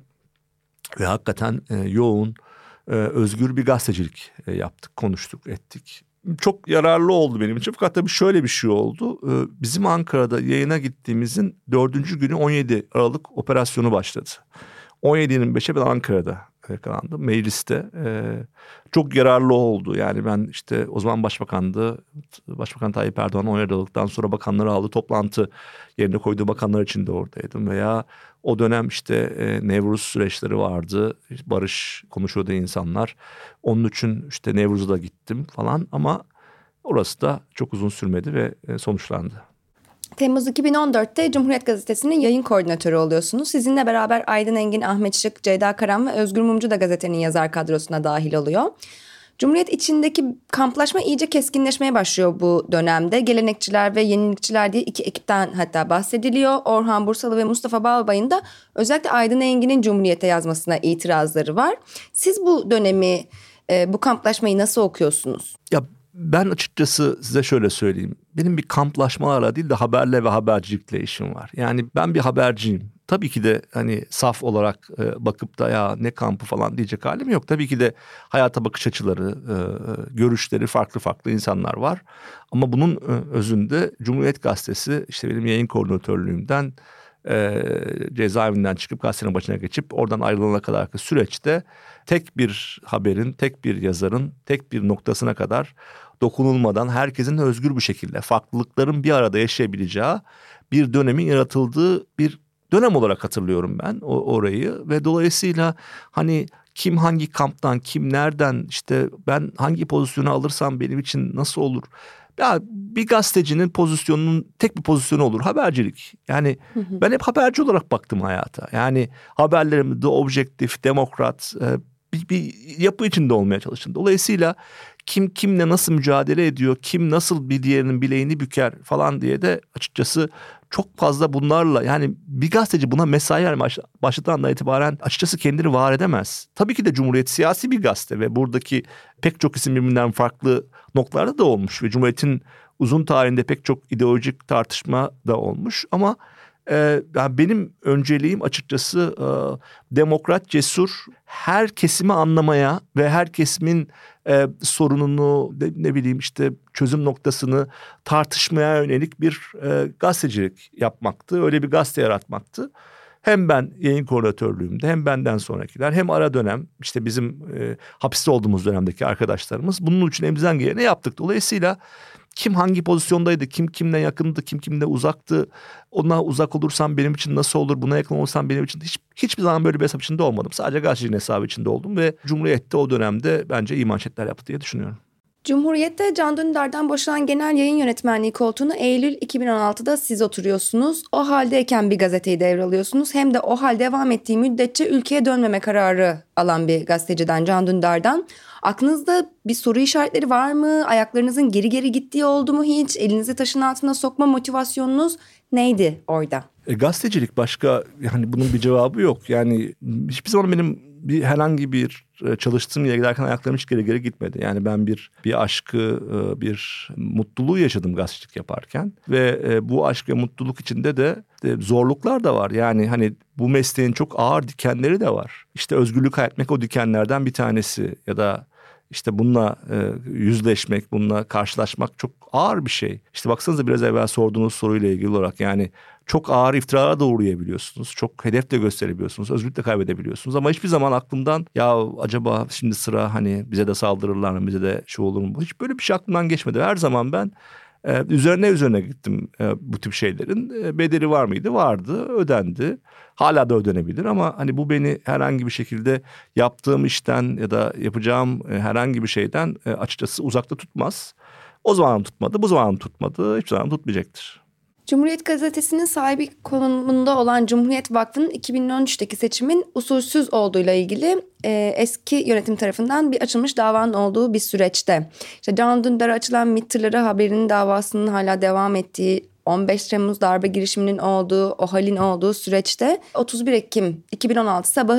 Ve hakikaten e, yoğun, e, özgür bir gazetecilik e, yaptık, konuştuk, ettik. Çok yararlı oldu benim için. Fakat tabii şöyle bir şey oldu. Ee, bizim Ankara'da yayına gittiğimizin dördüncü günü on yedi Aralık operasyonu başladı. on yedi yirmi beşe ben Ankara'da yakalandım. Mecliste. Ee, çok yararlı oldu. Yani ben işte o zaman başbakandı. Başbakan Tayyip Erdoğan on yedi Aralık'tan sonra bakanları aldı. Toplantı yerine koyduğu bakanlar için de oradaydım. Veya o dönem işte e, Nevruz süreçleri vardı. Barış konuşuyordu insanlar. Onun için işte Nevruz'a da gittim falan. Ama orası da çok uzun sürmedi ve e, sonuçlandı. Temmuz iki bin on dörtte Cumhuriyet Gazetesi'nin yayın koordinatörü oluyorsunuz. Sizinle beraber Aydın Engin, Ahmet Şık, Ceyda Karan ve Özgür Mumcu da gazetenin yazar kadrosuna dahil oluyor. Cumhuriyet içindeki kamplaşma iyice keskinleşmeye başlıyor bu dönemde. Gelenekçiler ve yenilikçiler diye iki ekipten hatta bahsediliyor. Orhan Bursalı ve Mustafa Balbay'ın da özellikle Aydın Engin'in Cumhuriyet'e yazmasına itirazları var. Siz bu dönemi, bu kamplaşmayı nasıl okuyorsunuz? Ya ben açıkçası size şöyle söyleyeyim. Benim bir kamplaşmalarla değil de haberle ve habercilikle işim var. Yani ben bir haberciyim. Tabii ki de hani saf olarak e, bakıp da ya ne kampı falan diyecek halim yok. Tabii ki de hayata bakış açıları, e, görüşleri farklı farklı insanlar var. Ama bunun e, özünde Cumhuriyet Gazetesi işte benim yayın koordinatörlüğümden e, cezaevinden çıkıp gazetenin başına geçip oradan ayrılana kadarki süreçte tek bir haberin, tek bir yazarın, tek bir noktasına kadar dokunulmadan herkesin özgür bir şekilde farklılıkların bir arada yaşayabileceği bir dönemin yaratıldığı bir dönem olarak hatırlıyorum ben o, orayı ve dolayısıyla hani kim hangi kamptan, kim nereden, işte ben hangi pozisyonu alırsam benim için nasıl olur? Ya bir gazetecinin pozisyonunun tek bir pozisyonu olur, habercilik. Yani hı hı. Ben hep haberci olarak baktım hayata. Yani haberlerimde objektif, demokrat e, bir, bir yapı içinde olmaya çalıştım. Dolayısıyla kim kimle nasıl mücadele ediyor, kim nasıl bir diğerinin bileğini büker falan diye de açıkçası çok fazla bunlarla, yani bir gazeteci buna mesai vermeye başladığı andan itibaren açıkçası kendini var edemez. Tabii ki de Cumhuriyet siyasi bir gazete ve buradaki pek çok isim birbirinden farklı noktalarda da olmuş ve Cumhuriyet'in uzun tarihinde pek çok ideolojik tartışma da olmuş ama Ee, yani benim önceliğim açıkçası e, demokrat, cesur, her kesimi anlamaya ve her kesimin e, sorununu ne, ne bileyim işte çözüm noktasını tartışmaya yönelik bir e, gazetecilik yapmaktı. Öyle bir gazete yaratmaktı. Hem ben yayın koordinatörlüğümde hem benden sonrakiler hem ara dönem işte bizim e, hapiste olduğumuz dönemdeki arkadaşlarımız bunun için elimizden geleni yaptık. Dolayısıyla kim hangi pozisyondaydı, kim kimle yakındı, kim kimle uzaktı, ona uzak olursam benim için nasıl olur, buna yakın olursam benim için hiç, hiçbir zaman böyle bir hesap içinde olmadım. Sadece gazetecinin hesabı içinde oldum ve Cumhuriyet'te o dönemde bence iyi manşetler yaptı diye düşünüyorum. Cumhuriyet'te Can Dündar'dan boşalan genel yayın yönetmenliği koltuğunu Eylül iki bin on altıda siz oturuyorsunuz. O haldeyken bir gazeteyi devralıyorsunuz. Hem de o hal devam ettiği müddetçe ülkeye dönmeme kararı alan bir gazeteciden, Can Dündar'dan. Aklınızda bir soru işaretleri var mı? Ayaklarınızın geri geri gittiği oldu mu hiç? Elinizi taşın altına sokma motivasyonunuz neydi orada? E, gazetecilik başka, yani bunun bir cevabı yok. Yani hiçbir zaman benim bir herhangi bir çalıştığım yere giderken ayaklarım hiç geri geri gitmedi. Yani ben bir bir aşkı, bir mutluluğu yaşadım gazetecilik yaparken ve bu aşk ve mutluluk içinde de, de zorluklar da var. Yani hani bu mesleğin çok ağır dikenleri de var. İşte özgürlük hayal etmek o dikenlerden bir tanesi ya da İşte bununla e, yüzleşmek, bununla karşılaşmak çok ağır bir şey. İşte baksanıza biraz evvel sorduğunuz soruyla ilgili olarak yani çok ağır iftiralara da uğrayabiliyorsunuz. Çok hedef de gösterebiliyorsunuz, özgürlük de kaybedebiliyorsunuz. Ama hiçbir zaman aklımdan ya acaba şimdi sıra hani bize de saldırırlar mı, bize de şu olur mu? Hiç böyle bir şey aklımdan geçmedi. Her zaman ben e, üzerine üzerine gittim e, bu tip şeylerin. E, bedeli var mıydı? Vardı, ödendi. Hala da ödenebilir ama hani bu beni herhangi bir şekilde yaptığım işten ya da yapacağım herhangi bir şeyden açıkçası uzakta tutmaz. O zaman tutmadı, bu zaman tutmadı, hiçbir zaman tutmayacaktır. Cumhuriyet Gazetesi'nin sahibi konumunda olan Cumhuriyet Vakfı'nın iki bin on üçteki seçimin usulsüz olduğuyla ilgili e, eski yönetim tarafından bir açılmış davanın olduğu bir süreçte. İşte Can Dündar'a açılan MİT tırları haberinin davasının hala devam ettiği, on beş Temmuz darbe girişiminin olduğu, o halin olduğu süreçte otuz bir Ekim iki bin on altı sabahı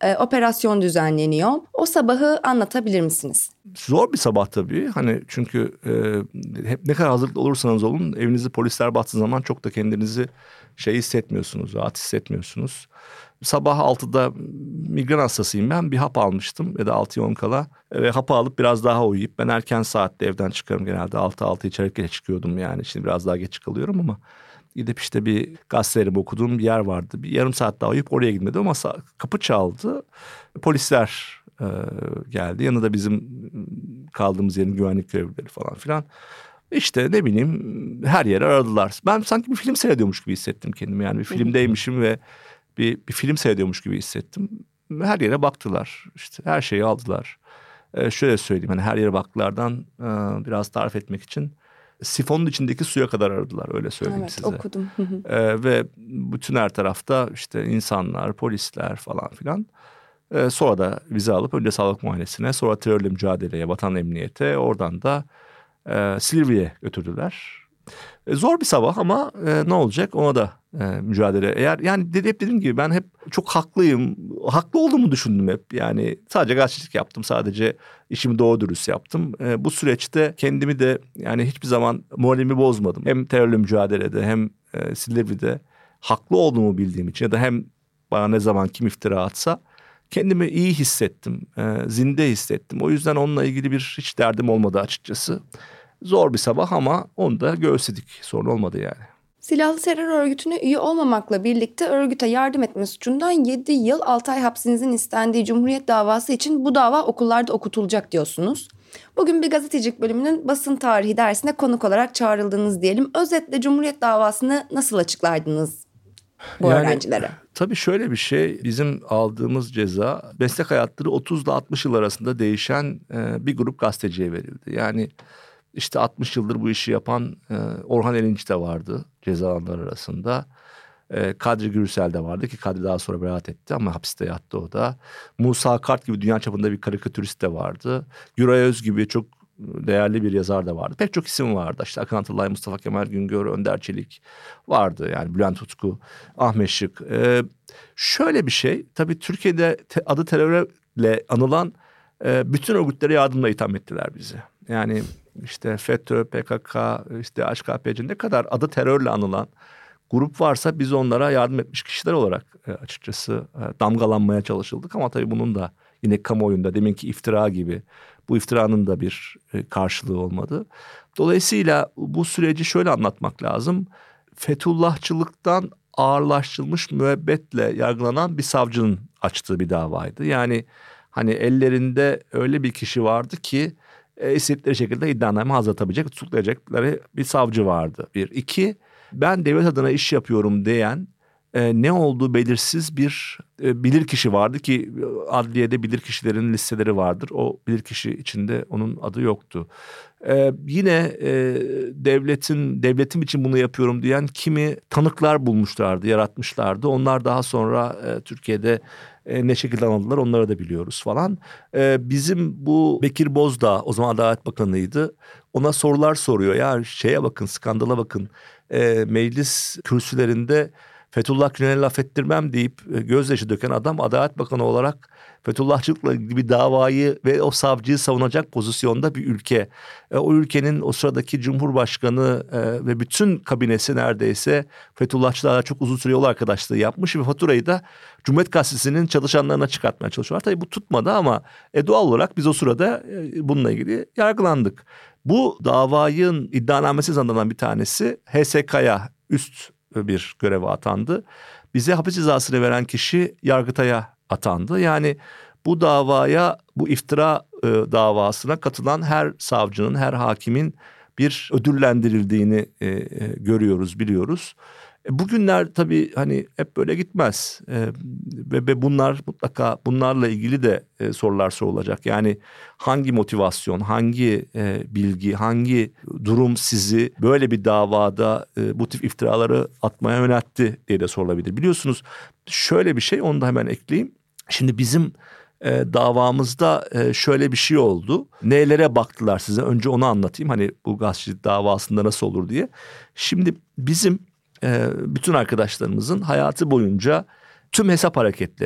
e, operasyon düzenleniyor. O sabahı anlatabilir misiniz? Zor bir sabah tabii. Hani çünkü e, hep ne kadar hazırlıklı olursanız olun evinizi polisler bastığı zaman çok da kendinizi şey hissetmiyorsunuz, rahat hissetmiyorsunuz. Sabah altıda migren hastasıyım ben. Bir hap almıştım ya da altıya on kala. Ve hapı alıp biraz daha uyuyup ben erken saatte evden çıkarım genelde. altı altı çeyrek geç çıkıyordum yani. Şimdi biraz daha geç kalıyorum ama gidip işte bir gazetelerimi okuduğum bir yer vardı. Bir yarım saat daha uyuyup oraya gitmedim ama kapı çaldı. Polisler e, geldi. Yanında bizim kaldığımız yerin güvenlik görevlileri falan filan. İşte ne bileyim her yeri aradılar. Ben sanki bir film seyrediyormuş gibi hissettim kendimi. Yani bir filmdeymişim ve bir, bir film seyrediyormuş gibi hissettim. Her yere baktılar. İşte her şeyi aldılar. Ee, şöyle söyleyeyim hani her yere baktılardan e, biraz tarif etmek için sifonun içindeki suya kadar aradılar öyle söyleyeyim evet, size. Okudum. ee, ve bütün her tarafta işte insanlar, polisler falan filan. Ee, sonra da vize alıp önce sağlık muayenesine, sonra terörle mücadeleye, vatan emniyete, oradan da e, Silivri'ye götürdüler. E, zor bir sabah ama e, ne olacak ona da e, mücadele. Eğer yani dedi, hep dediğim gibi ben hep çok haklıyım. Haklı olduğumu düşündüm hep. Yani sadece gazetecilik yaptım. Sadece işimi doğru dürüst yaptım. E, bu süreçte kendimi de yani hiçbir zaman moralimi bozmadım. Hem terörle mücadelede hem e, Silivri'de haklı olduğumu bildiğim için ya da hem bana ne zaman kim iftira atsa kendimi iyi hissettim. E, zinde hissettim. O yüzden onunla ilgili bir hiç derdim olmadı açıkçası. Zor bir sabah ama onu da göğüsledik. Sorun olmadı yani. Silahlı terör örgütüne üye olmamakla birlikte örgüte yardım etme suçundan yedi yıl altı ay hapsinizin istendiği Cumhuriyet davası için bu dava okullarda okutulacak diyorsunuz. Bugün bir gazetecilik bölümünün basın tarihi dersine konuk olarak çağrıldınız diyelim. Özetle Cumhuriyet davasını nasıl açıklardınız bu yani, öğrencilere? Tabii şöyle bir şey, bizim aldığımız ceza meslek hayatları otuz ile altmış yıl arasında değişen e, bir grup gazeteciye verildi. Yani işte altmış yıldır bu işi yapan e, Orhan Elinç de vardı cezalanlar arasında. E, Kadri Gürsel de vardı ki Kadri daha sonra beraat etti ama hapiste yattı o da. Musa Kart gibi dünya çapında bir karikatürist de vardı. Güray Öz gibi çok değerli bir yazar da vardı. Pek çok isim vardı. İşte Akın Atılay, Mustafa Kemal Güngör, Önder Çelik vardı. Yani Bülent Utku, Ahmet Şık. E, şöyle bir şey, tabii Türkiye'de te, adı terörle anılan e, bütün örgütlere yardımla itham ettiler bizi. Yani işte FETÖ, P K K, işte H K P C ne kadar adı terörle anılan grup varsa biz onlara yardım etmiş kişiler olarak e, açıkçası e, damgalanmaya çalışıldık. Ama tabii bunun da yine kamuoyunda deminki iftira gibi bu iftiranın da bir e, karşılığı olmadı. Dolayısıyla bu süreci şöyle anlatmak lazım. Fethullahçılıktan ağırlaştırılmış müebbetle yargılanan bir savcının açtığı bir davaydı. Yani hani ellerinde öyle bir kişi vardı ki E, istedikleri şekilde iddianame hazırlatabilecek, tutuklayacakları bir savcı vardı. Bir. İki, ben devlet adına iş yapıyorum diyen e, ne olduğu belirsiz bir e, bilirkişi vardı ki adliyede bilirkişilerin listeleri vardır. O bilirkişi içinde onun adı yoktu. E, yine e, devletin devletim için bunu yapıyorum diyen kimi tanıklar bulmuşlardı, yaratmışlardı. Onlar daha sonra e, Türkiye'de E, ne şekilde anıldılar onları da biliyoruz falan. E, bizim bu Bekir Bozdağ o zaman Adalet Bakanı'ydı. Ona sorular soruyor. Ya şeye bakın, skandala bakın. E, meclis kürsülerinde Fethullah Gülen'e laf ettirmem deyip e, gözyaşı döken adam Adalet Bakanı olarak Fethullahçılıkla ilgili bir davayı ve o savcıyı savunacak pozisyonda bir ülke. E, o ülkenin o sıradaki Cumhurbaşkanı e, ve bütün kabinesi neredeyse Fethullahçılarla çok uzun süre yol arkadaşlığı yapmış ve faturayı da Cumhuriyet Gazetesi'nin çalışanlarına çıkartmaya çalışıyorlar. Tabii bu tutmadı ama e, doğal olarak biz o sırada e, bununla ilgili yargılandık. Bu davanın iddianamesi zanlanan bir tanesi H S K'ya üst bir göreve atandı. Bize hapis cezasını veren kişi Yargıtay'a atandı. Yani bu davaya, bu iftira e, davasına katılan her savcının, her hakimin bir ödüllendirildiğini e, e, görüyoruz, biliyoruz. E, bugünler tabii hani hep böyle gitmez e, ve, ve bunlar mutlaka bunlarla ilgili de e, sorular sorulacak. Yani hangi motivasyon, hangi e, bilgi, hangi durum sizi böyle bir davada e, bu tip iftiraları atmaya yöneltti diye de sorulabilir. Biliyorsunuz şöyle bir şey, onu da hemen ekleyeyim. Şimdi bizim e, davamızda e, şöyle bir şey oldu. Nelere baktılar size? Önce onu anlatayım. Hani bu gazetecilik davasında nasıl olur diye. Şimdi bizim e, bütün arkadaşlarımızın hayatı boyunca tüm hesap hareketleri,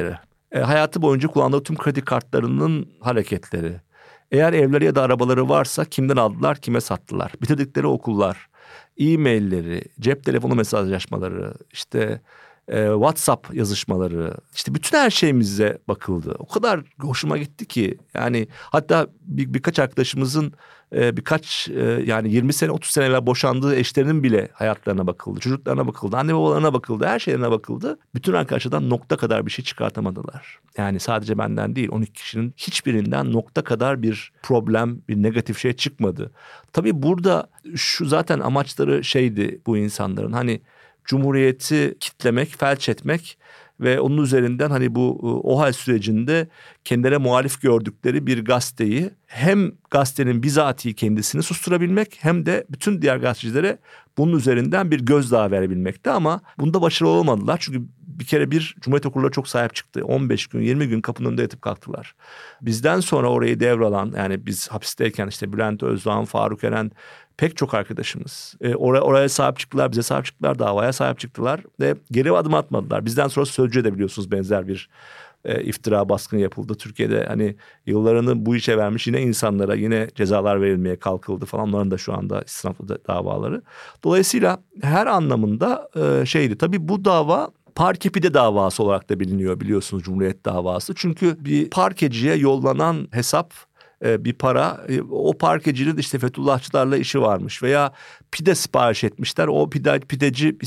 E, hayatı boyunca kullandığı tüm kredi kartlarının hareketleri. Eğer evleri ya da arabaları varsa kimden aldılar, kime sattılar? Bitirdikleri okullar, e-mailleri, cep telefonu mesajlaşmaları, işte e, WhatsApp yazışmaları, işte bütün her şeyimize bakıldı. O kadar hoşuma gitti ki yani hatta bir, birkaç arkadaşımızın e, birkaç e, yani yirmi sene otuz sene evvel boşandığı eşlerinin bile hayatlarına bakıldı, çocuklarına bakıldı, anne babalarına bakıldı, her şeylerine bakıldı. Bütün arkadaşlardan nokta kadar bir şey çıkartamadılar. Yani sadece benden değil, on iki kişinin hiçbirinden nokta kadar bir problem, bir negatif şey çıkmadı. Tabii burada şu zaten amaçları şeydi bu insanların, hani Cumhuriyeti kitlemek, felç etmek ve onun üzerinden hani bu OHAL sürecinde kendilerine muhalif gördükleri bir gazeteyi hem gazetenin bizatihi kendisini susturabilmek hem de bütün diğer gazetecilere bunun üzerinden bir gözdağı verebilmekti ama bunda başarılı olamadılar. Çünkü bir kere bir Cumhuriyet okurları çok sahip çıktı. on beş gün yirmi gün kapının önünde yatıp kalktılar. Bizden sonra orayı devralan yani biz hapisteyken işte Bülent Özdağ, Faruk Eren pek çok arkadaşımız e, oraya, oraya sahip çıktılar, bize sahip çıktılar, davaya sahip çıktılar ve geri adım atmadılar. Bizden sonra Sözcü'de biliyorsunuz benzer bir e, iftira baskını yapıldı. Türkiye'de hani yıllarını bu işe vermiş yine insanlara yine cezalar verilmeye kalkıldı falan. Onların da şu anda istinaflı davaları. Dolayısıyla her anlamında e, şeydi. Tabii bu dava Parkepide davası olarak da biliniyor biliyorsunuz, Cumhuriyet davası. Çünkü bir parkeciye yollanan hesap, bir para, o parkecinin işte Fethullahçılarla işi varmış veya pide sipariş etmişler, o pide, pideci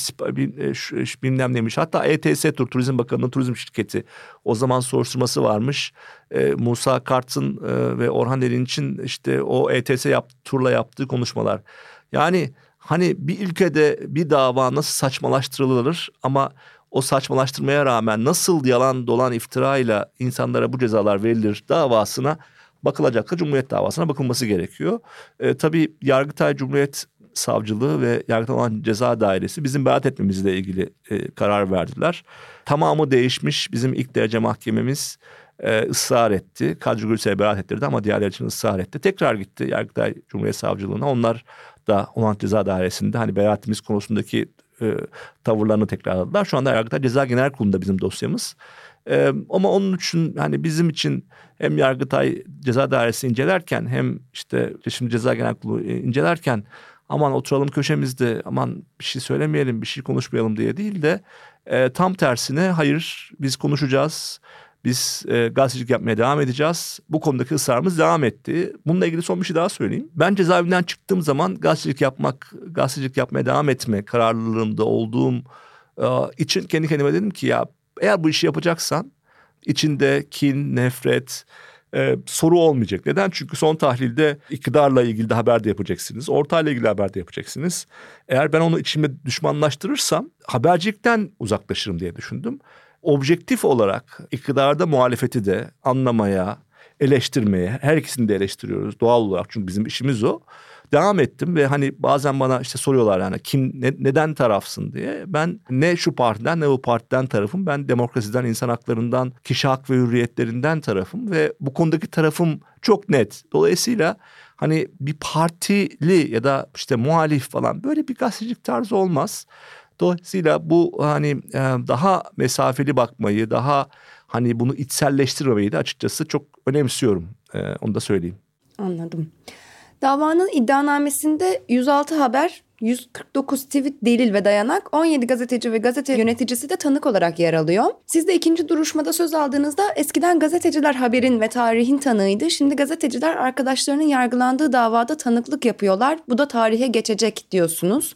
bilmem neymiş, hatta E T S Tur, Turizm Bakanı'nın turizm şirketi o zaman soruşturması varmış. e, Musa Kart'ın e, ve Orhan Elinç'in işte o E T S yap, turla yaptığı konuşmalar. Yani hani bir ülkede bir dava nasıl saçmalaştırılır ama o saçmalaştırmaya rağmen nasıl yalan dolan iftirayla insanlara bu cezalar verilir davasına bakılacaksa Cumhuriyet davasına bakılması gerekiyor. E, tabii Yargıtay Cumhuriyet Savcılığı ve Yargıtay olan Ceza Dairesi bizim beraat etmemizle ilgili e, karar verdiler. Tamamı değişmiş, bizim ilk derece mahkememiz e, ısrar etti. Kadri Gürsel'e beraat ettirdi ama diğerleri için ısrar etti. Tekrar gitti Yargıtay Cumhuriyet Savcılığına. Onlar da olan Ceza Dairesi'nde hani beraatimiz konusundaki e, tavırlarını tekrarladılar. Şu anda Yargıtay Ceza Genel Kurulu'nda bizim dosyamız. Ee, ama onun için hani bizim için hem Yargıtay Ceza Dairesi incelerken hem işte şimdi Ceza Genel Kurulu incelerken aman oturalım köşemizde, aman bir şey söylemeyelim, bir şey konuşmayalım diye değil de e, tam tersine hayır biz konuşacağız. Biz e, gazetecilik yapmaya devam edeceğiz. Bu konudaki ısrarımız devam etti. Bununla ilgili son bir şey daha söyleyeyim. Ben cezaevinden çıktığım zaman gazetecilik yapmak, gazetecilik yapmaya devam etme kararlılığımda olduğum e, için kendi kendime dedim ki ya eğer bu işi yapacaksan içinde kin, nefret, e, soru olmayacak. Neden? Çünkü son tahlilde iktidarla ilgili de haber de yapacaksınız. Ortayla ilgili haber de yapacaksınız. Eğer ben onu içimde düşmanlaştırırsam habercilikten uzaklaşırım diye düşündüm. Objektif olarak iktidarda muhalefeti de anlamaya, eleştirmeye, her ikisini de eleştiriyoruz doğal olarak. Çünkü bizim işimiz o. Devam ettim ve hani bazen bana işte soruyorlar yani kim ne, neden tarafsın diye. Ben ne şu partiden ne bu partiden tarafım. Ben demokrasiden, insan haklarından, kişi hak ve hürriyetlerinden tarafım ve bu konudaki tarafım çok net. Dolayısıyla hani bir partili ya da işte muhalif falan böyle bir gazetecilik tarzı olmaz. Dolayısıyla bu hani daha mesafeli bakmayı, daha hani bunu içselleştirmemeyi de açıkçası çok önemsiyorum. Onu da söyleyeyim. Anladım. Davanın iddianamesinde yüz altı haber, yüz kırk dokuz tweet, delil ve dayanak, on yedi gazeteci ve gazete yöneticisi de tanık olarak yer alıyor. Siz de ikinci duruşmada söz aldığınızda eskiden gazeteciler haberin ve tarihin tanığıydı. Şimdi gazeteciler arkadaşlarının yargılandığı davada tanıklık yapıyorlar. Bu da tarihe geçecek diyorsunuz.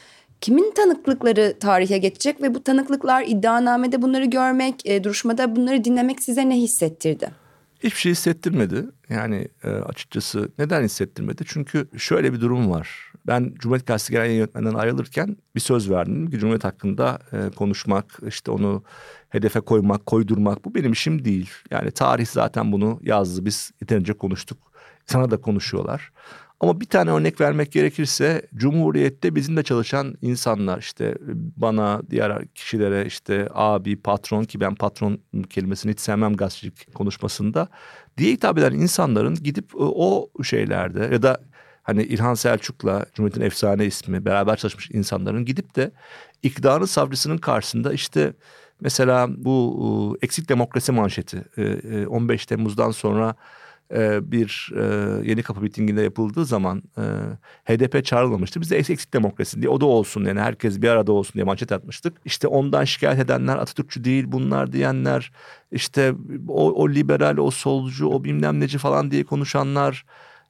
Kimin tanıklıkları tarihe geçecek ve bu tanıklıklar iddianamede bunları görmek, e, duruşmada bunları dinlemek size ne hissettirdi? Hiçbir şey hissettirmedi. Yani e, açıkçası neden hissettirmedi? Çünkü şöyle bir durum var. Ben Cumhuriyet Gazetesi Genel Yayın Yönetmeni'nden ayrılırken bir söz verdim ki Cumhuriyet hakkında e, konuşmak, işte onu hedefe koymak, koydurmak bu benim işim değil. Yani tarih zaten bunu yazdı. Biz yeterince konuştuk. Sana da konuşuyorlar. Ama bir tane örnek vermek gerekirse Cumhuriyet'te bizimle çalışan insanlar işte bana, diğer kişilere işte abi, patron, ki ben patron kelimesini hiç sevmem gazetecilik konuşmasında diye hitap eden insanların gidip o şeylerde ya da hani İlhan Selçuk'la Cumhuriyet'in efsane ismi beraber çalışmış insanların gidip de iktidarın savcısının karşısında işte Mesela bu e, eksik demokrasi manşeti e, e, on beş Temmuz'dan sonra e, bir e, Yeni Kapı mitinginde yapıldığı zaman e, H D P çağrılmamıştı. Biz de eksik demokrasi diye o da olsun, yani herkes bir arada olsun diye manşet atmıştık. İşte ondan şikayet edenler Atatürkçü değil bunlar diyenler, işte o, o liberal, o solcu, o bilmem neci falan diye konuşanlar.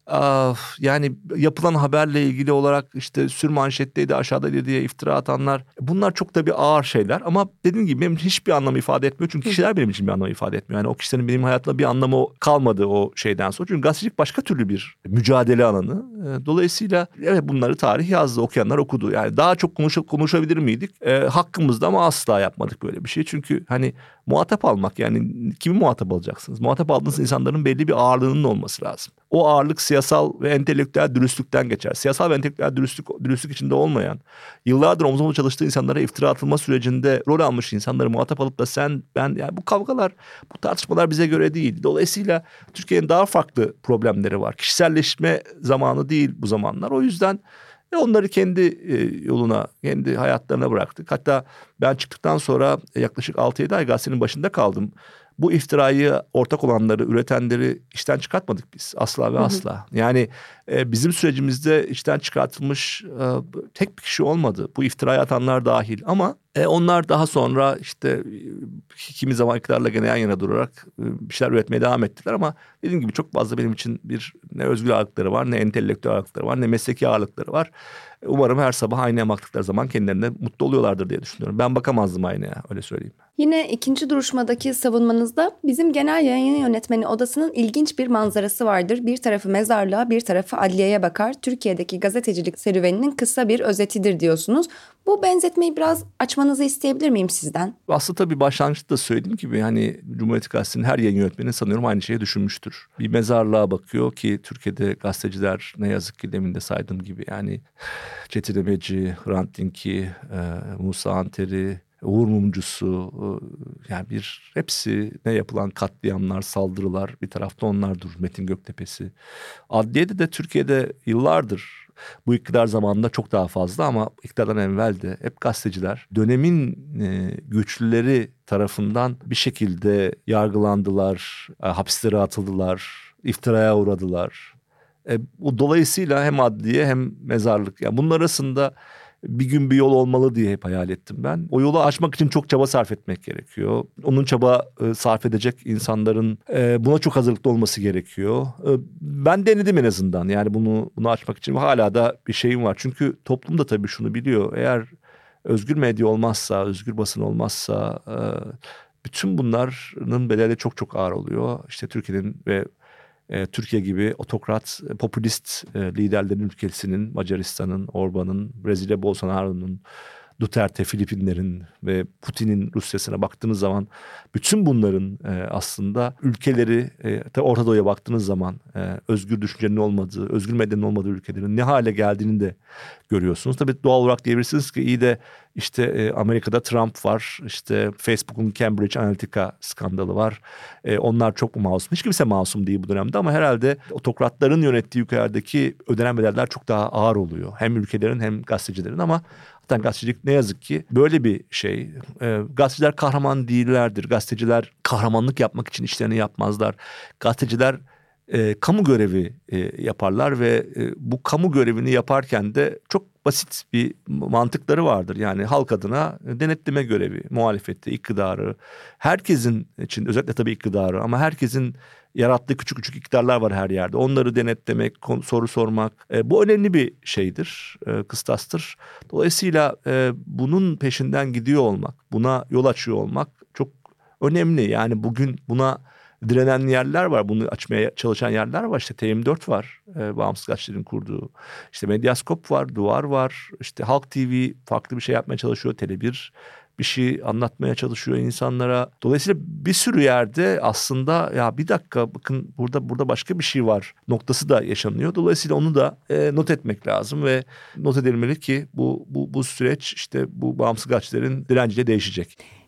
Of, yani yapılan haberle ilgili olarak işte sürmanşetteydi, aşağıdaydı diye iftira atanlar, bunlar çok da bir ağır şeyler ama dediğim gibi benim hiçbir anlamı ifade etmiyor çünkü kişiler benim için bir anlamı ifade etmiyor. Yani o kişilerin benim hayatımda bir anlamı kalmadı o şeyden sonra, çünkü gazetecilik başka türlü bir mücadele alanı. Dolayısıyla evet, bunları tarih yazdı, okuyanlar okudu. Yani daha çok konuş konuşabilir miydik? E, hakkımızda ama asla yapmadık böyle bir şey, çünkü hani muhatap almak, yani kimi muhatap alacaksınız? Muhatap aldığınız insanların belli bir ağırlığının olması lazım. O ağırlık siyasal ve entelektüel dürüstlükten geçer. Siyasal ve entelektüel dürüstlük, dürüstlük içinde olmayan, yıllardır omuz omuza çalıştığı insanlara iftira atılma sürecinde rol almış insanları muhatap alıp da sen, ben, yani bu kavgalar, bu tartışmalar bize göre değil. Dolayısıyla Türkiye'nin daha farklı problemleri var. Kişiselleşme zamanı değil bu zamanlar. O yüzden ve onları kendi yoluna, kendi hayatlarına bıraktık. Hatta ben çıktıktan sonra yaklaşık altı yedi ay gazetenin başında kaldım. Bu iftirayı ortak olanları, üretenleri işten çıkartmadık biz. Asla ve Hı hı. asla. Yani e, bizim sürecimizde işten çıkartılmış e, tek bir kişi olmadı. Bu iftirayı atanlar dahil. Ama e, onlar daha sonra işte e, kimi zaman iktidarla gene yan yana durarak e, bir şeyler üretmeye devam ettiler. Ama dediğim gibi çok fazla benim için bir ne özgür ağırlıkları var, ne entelektüel ağırlıkları var, ne mesleki ağırlıkları var. Umarım her sabah aynaya baktıkları zaman kendilerine mutlu oluyorlardır diye düşünüyorum. Ben bakamazdım aynaya, öyle söyleyeyim. Yine ikinci duruşmadaki savunmanızda bizim genel yayın yönetmeni odasının ilginç bir manzarası vardır. Bir tarafı mezarlığa, bir tarafı adliyeye bakar. Türkiye'deki gazetecilik serüveninin kısa bir özetidir diyorsunuz. Bu benzetmeyi biraz açmanızı isteyebilir miyim sizden? Aslında tabii başlangıçta da söylediğim gibi hani Cumhuriyet Gazetesi'nin her yayın yönetmeni sanıyorum aynı şeyi düşünmüştür. Bir mezarlığa bakıyor ki Türkiye'de gazeteciler ne yazık ki demin de saydığım gibi yani Çetin Emeci, Hrant Dink'i, e, Musa Anter'i, Uğur Mumcusu, e, yani bir hepsine yapılan katliamlar, saldırılar, bir tarafta onlar durur, Metin Göktepe'si. Adliyede de Türkiye'de yıllardır, bu iktidar zamanında çok daha fazla ama iktidardan evvel de hep gazeteciler dönemin e, güçlüleri tarafından bir şekilde yargılandılar, e, hapislere atıldılar, iftiraya uğradılar. E, o dolayısıyla hem adliye hem mezarlık, yani bunun arasında bir gün bir yol olmalı diye hep hayal ettim ben. O yolu aşmak için çok çaba sarf etmek gerekiyor. Onun çaba e, sarf edecek insanların e, buna çok hazırlıklı olması gerekiyor. E, ben denedim en azından, yani bunu bunu açmak için hala da bir şeyim var. Çünkü toplum da tabii şunu biliyor. Eğer özgür medya olmazsa, özgür basın olmazsa e, bütün bunların bedeli çok çok ağır oluyor. İşte Türkiye'nin ve Türkiye gibi otokrat, popülist liderlerin ülkesinin, Macaristan'ın, Orban'ın, Brezilya Bolsonaro'nun, Duterte, Filipinlerin ve Putin'in Rusya'sına baktığınız zaman bütün bunların aslında ülkeleri, Orta Doğu'ya baktığınız zaman özgür düşüncenin olmadığı, özgür medyanın olmadığı ülkelerin ne hale geldiğini de görüyorsunuz. Tabii doğal olarak diyebilirsiniz ki iyi de işte Amerika'da Trump var, işte Facebook'un Cambridge Analytica skandalı var. Onlar çok mu masum? Hiç kimse masum değil bu dönemde ama herhalde otokratların yönettiği ülkelerdeki ödenen bedeller çok daha ağır oluyor. Hem ülkelerin hem gazetecilerin, ama zaten gazetecilik ne yazık ki böyle bir şey. E, gazeteciler kahraman değillerdir. Gazeteciler kahramanlık yapmak için işlerini yapmazlar. Gazeteciler e, kamu görevi e, yaparlar ve e, bu kamu görevini yaparken de çok basit bir mantıkları vardır. Yani halk adına denetleme görevi, muhalefeti, iktidarı, herkesin için, özellikle tabii iktidarı ama herkesin yarattığı küçük küçük iktidarlar var her yerde. Onları denetlemek, soru sormak, e, bu önemli bir şeydir, e, kıstastır. Dolayısıyla e, bunun peşinden gidiyor olmak, buna yol açıyor olmak çok önemli. Yani bugün buna direnen yerler var, bunu açmaya çalışan yerler var. İşte T yirmi dört var, e, bağımsız gazetecilerin kurduğu. İşte Medyaskop var, Duvar var. İşte Halk T V farklı bir şey yapmaya çalışıyor, Tele bir bir şey anlatmaya çalışıyor insanlara. Dolayısıyla bir sürü yerde aslında ya bir dakika bakın burada burada başka bir şey var noktası da yaşanıyor. Dolayısıyla onu da e, not etmek lazım ve not edilmeli ki bu bu bu süreç işte bu bağımsız gazetelerin direnciyle değişecek.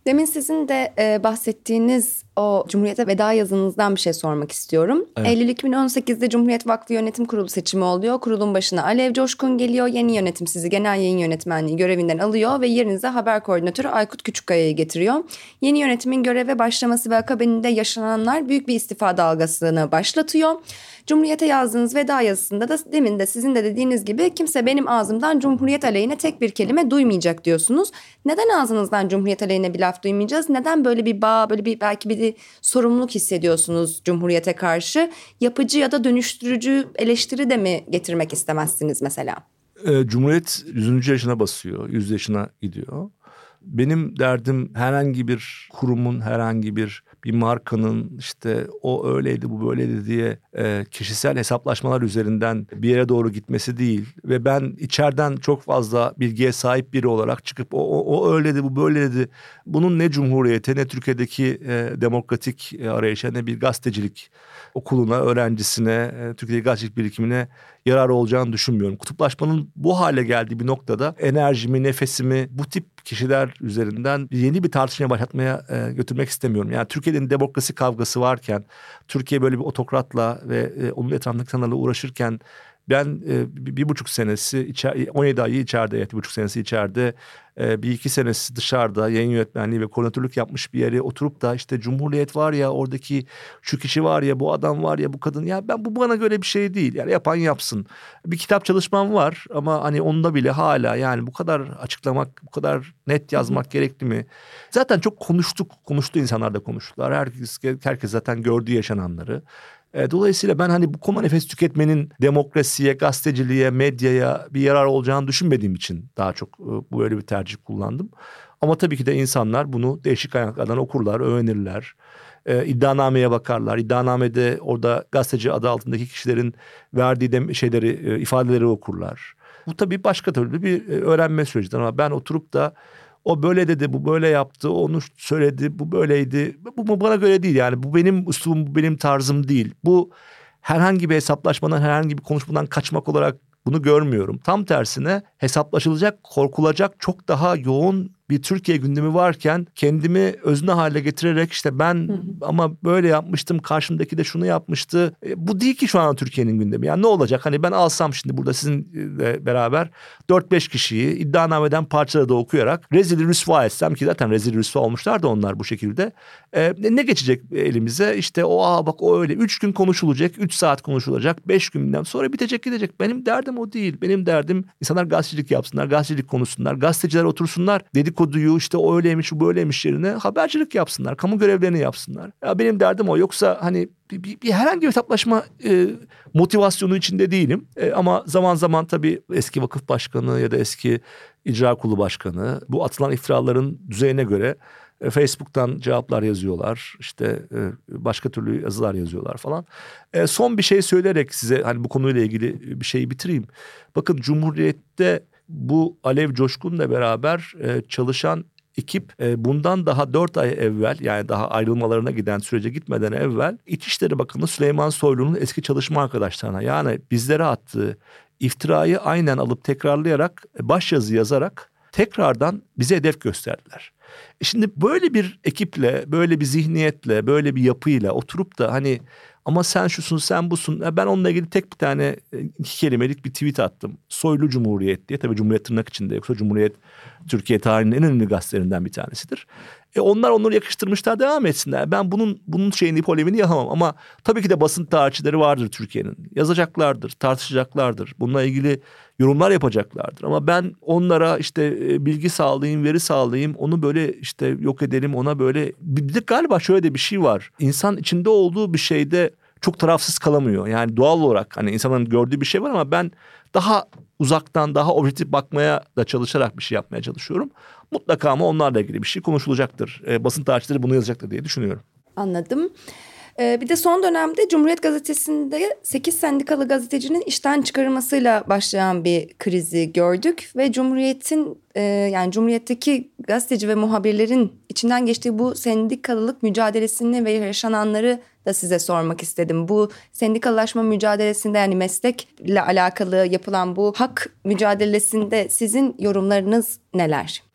Demin sizin de e, bahsettiğiniz o Cumhuriyet'e veda yazınızdan bir şey sormak istiyorum. Evet. Eylül iki bin on sekizde Cumhuriyet Vakfı Yönetim Kurulu seçimi oluyor. Kurulun başına Alev Coşkun geliyor. Yeni yönetim sizi genel yayın yönetmenliği görevinden alıyor ve yerinize haber koordinatörü Aykut Küçükkaya'yı getiriyor. Yeni yönetimin göreve başlaması ve akabinde yaşananlar büyük bir istifa dalgasını başlatıyor. Cumhuriyet'e yazdığınız veda yazısında da demin de sizin de dediğiniz gibi kimse benim ağzımdan Cumhuriyet aleyhine tek bir kelime duymayacak diyorsunuz. Neden ağzınızdan Cumhuriyet aleyhine bir laf duymayacağız? Neden böyle bir bağ, böyle bir belki bir sorumluluk hissediyorsunuz Cumhuriyet'e karşı? Yapıcı ya da dönüştürücü eleştiri de mi getirmek istemezsiniz mesela? E, Cumhuriyet yüzüncü yaşına basıyor, yüz yaşına gidiyor. Benim derdim herhangi bir kurumun, herhangi bir bir markanın işte o öyleydi bu böyleydi diye e, kişisel hesaplaşmalar üzerinden bir yere doğru gitmesi değil. Ve ben içeriden çok fazla bilgiye sahip biri olarak çıkıp o, o, o öyleydi bu böyleydi. Bunun ne Cumhuriyet'e ne Türkiye'deki e, demokratik e, arayışa ne bir gazetecilik okuluna, öğrencisine, e, Türkiye'deki gazetecilik birikimine yarar olacağını düşünmüyorum. Kutuplaşmanın bu hale geldiği bir noktada enerjimi, nefesimi bu tip kişiler üzerinden yeni bir tartışmaya başlatmaya e, götürmek istemiyorum. Yani Türkiye'nin demokrasi kavgası varken, Türkiye böyle bir otokratla ve e, onun etrafındaki insanlarla uğraşırken ben e, bir, bir buçuk senesi içer, on yedi ayı içeride, evet, bir buçuk senesi içeride, e, bir iki senesi dışarıda yayın yönetmenliği ve koordinatörlük yapmış bir yere oturup da işte Cumhuriyet var ya, oradaki şu kişi var ya, bu adam var ya, bu kadın, ya ben bu bana göre bir şey değil. Yani yapan yapsın. Bir kitap çalışmam var ama hani onda bile hala yani bu kadar açıklamak, bu kadar net yazmak gerekli mi? Zaten çok konuştuk, konuştu insanlar da konuştular. Herkes, herkes zaten gördüğü yaşananları. Dolayısıyla ben hani bu konuda nefes tüketmenin demokrasiye, gazeteciliğe, medyaya bir yarar olacağını düşünmediğim için daha çok böyle bir tercih kullandım. Ama tabii ki de insanlar bunu değişik kaynaklardan okurlar, öğrenirler. E, iddianameye bakarlar. İddianamede orada gazeteci adı altındaki kişilerin verdiği de şeyleri, e, ifadeleri okurlar. Bu tabii başka türlü bir öğrenme sürecidir ama ben oturup da o böyle dedi, bu böyle yaptı, onu söyledi, bu böyleydi. Bu, bu bana göre değil yani. Bu benim üslubum, bu benim tarzım değil. Bu herhangi bir hesaplaşmadan, herhangi bir konuşmadan kaçmak olarak bunu görmüyorum. Tam tersine hesaplaşılacak, korkulacak çok daha yoğun bir Türkiye gündemi varken kendimi özne hale getirerek işte ben hı hı. ama böyle yapmıştım, karşımdaki de şunu yapmıştı. E, bu değil ki şu an Türkiye'nin gündemi. Yani ne olacak? Hani ben alsam şimdi burada sizinle beraber dört beş kişiyi iddianameden parçaları da okuyarak rezil rüsva etsem ki zaten rezil rüsva olmuşlar da onlar bu şekilde. E, ne geçecek elimize? İşte o aa bak o öyle. Üç gün konuşulacak, üç saat konuşulacak, beş günden sonra bitecek gidecek. Benim derdim o değil. Benim derdim insanlar gazetecilik yapsınlar, gazetecilik konuşsunlar, gazeteciler otursunlar, dedikoduyu işte o öyleymiş, bu böyleymiş yerine habercilik yapsınlar, kamu görevlerini yapsınlar. Ya benim derdim o. Yoksa hani bir, bir, bir herhangi bir hesaplaşma e, motivasyonu içinde değilim. E, ama zaman zaman tabii eski vakıf başkanı ya da eski icra kurulu başkanı bu atılan iftiraların düzeyine göre e, Facebook'tan cevaplar yazıyorlar. İşte e, başka türlü yazılar yazıyorlar falan. E, son bir şey söyleyerek size hani bu konuyla ilgili bir şeyi bitireyim. Bakın Cumhuriyet'te bu Alev Coşkun'la beraber e, çalışan ekip e, bundan daha dört ay evvel, yani daha ayrılmalarına giden sürece gitmeden evvel İçişleri Bakanı Süleyman Soylu'nun eski çalışma arkadaşlarına, yani bizlere attığı iftirayı aynen alıp tekrarlayarak, başyazı yazarak tekrardan bize hedef gösterdiler. E şimdi böyle bir ekiple, böyle bir zihniyetle, böyle bir yapıyla oturup da hani ama sen şusun, sen busun. Ben onunla ilgili tek bir tane iki kelimelik bir tweet attım. Soylu Cumhuriyet diye. Tabii Cumhuriyet tırnak içinde, yoksa Cumhuriyet Türkiye tarihinin en önemli gazetelerinden bir tanesidir. E onlar onları yakıştırmışlar, devam etsinler. Ben bunun bunun şeyini, polemini yapamam. Ama tabii ki de basın tarihçileri vardır Türkiye'nin. Yazacaklardır, tartışacaklardır. Bununla ilgili yorumlar yapacaklardır. Ama ben onlara işte bilgi sağlayayım, veri sağlayayım, onu böyle işte yok edelim, ona böyle... Bir de galiba şöyle de bir şey var. İnsan içinde olduğu bir şeyde çok tarafsız kalamıyor. Yani doğal olarak hani insanın gördüğü bir şey var ama ben daha uzaktan, daha objektif bakmaya da çalışarak bir şey yapmaya çalışıyorum. Mutlaka ama onlarla ilgili bir şey konuşulacaktır. E, basın tarihçileri bunu yazacaktır diye düşünüyorum. Anladım. Ee, bir de son dönemde Cumhuriyet Gazetesi'nde sekiz sendikalı gazetecinin işten çıkarılmasıyla başlayan bir krizi gördük ve Cumhuriyet'in e, yani Cumhuriyet'teki gazeteci ve muhabirlerin içinden geçtiği bu sendikalılık mücadelesini ve yaşananları da size sormak istedim. Bu sendikalaşma mücadelesinde, yani meslekle alakalı yapılan bu hak mücadelesinde sizin yorumlarınız neler?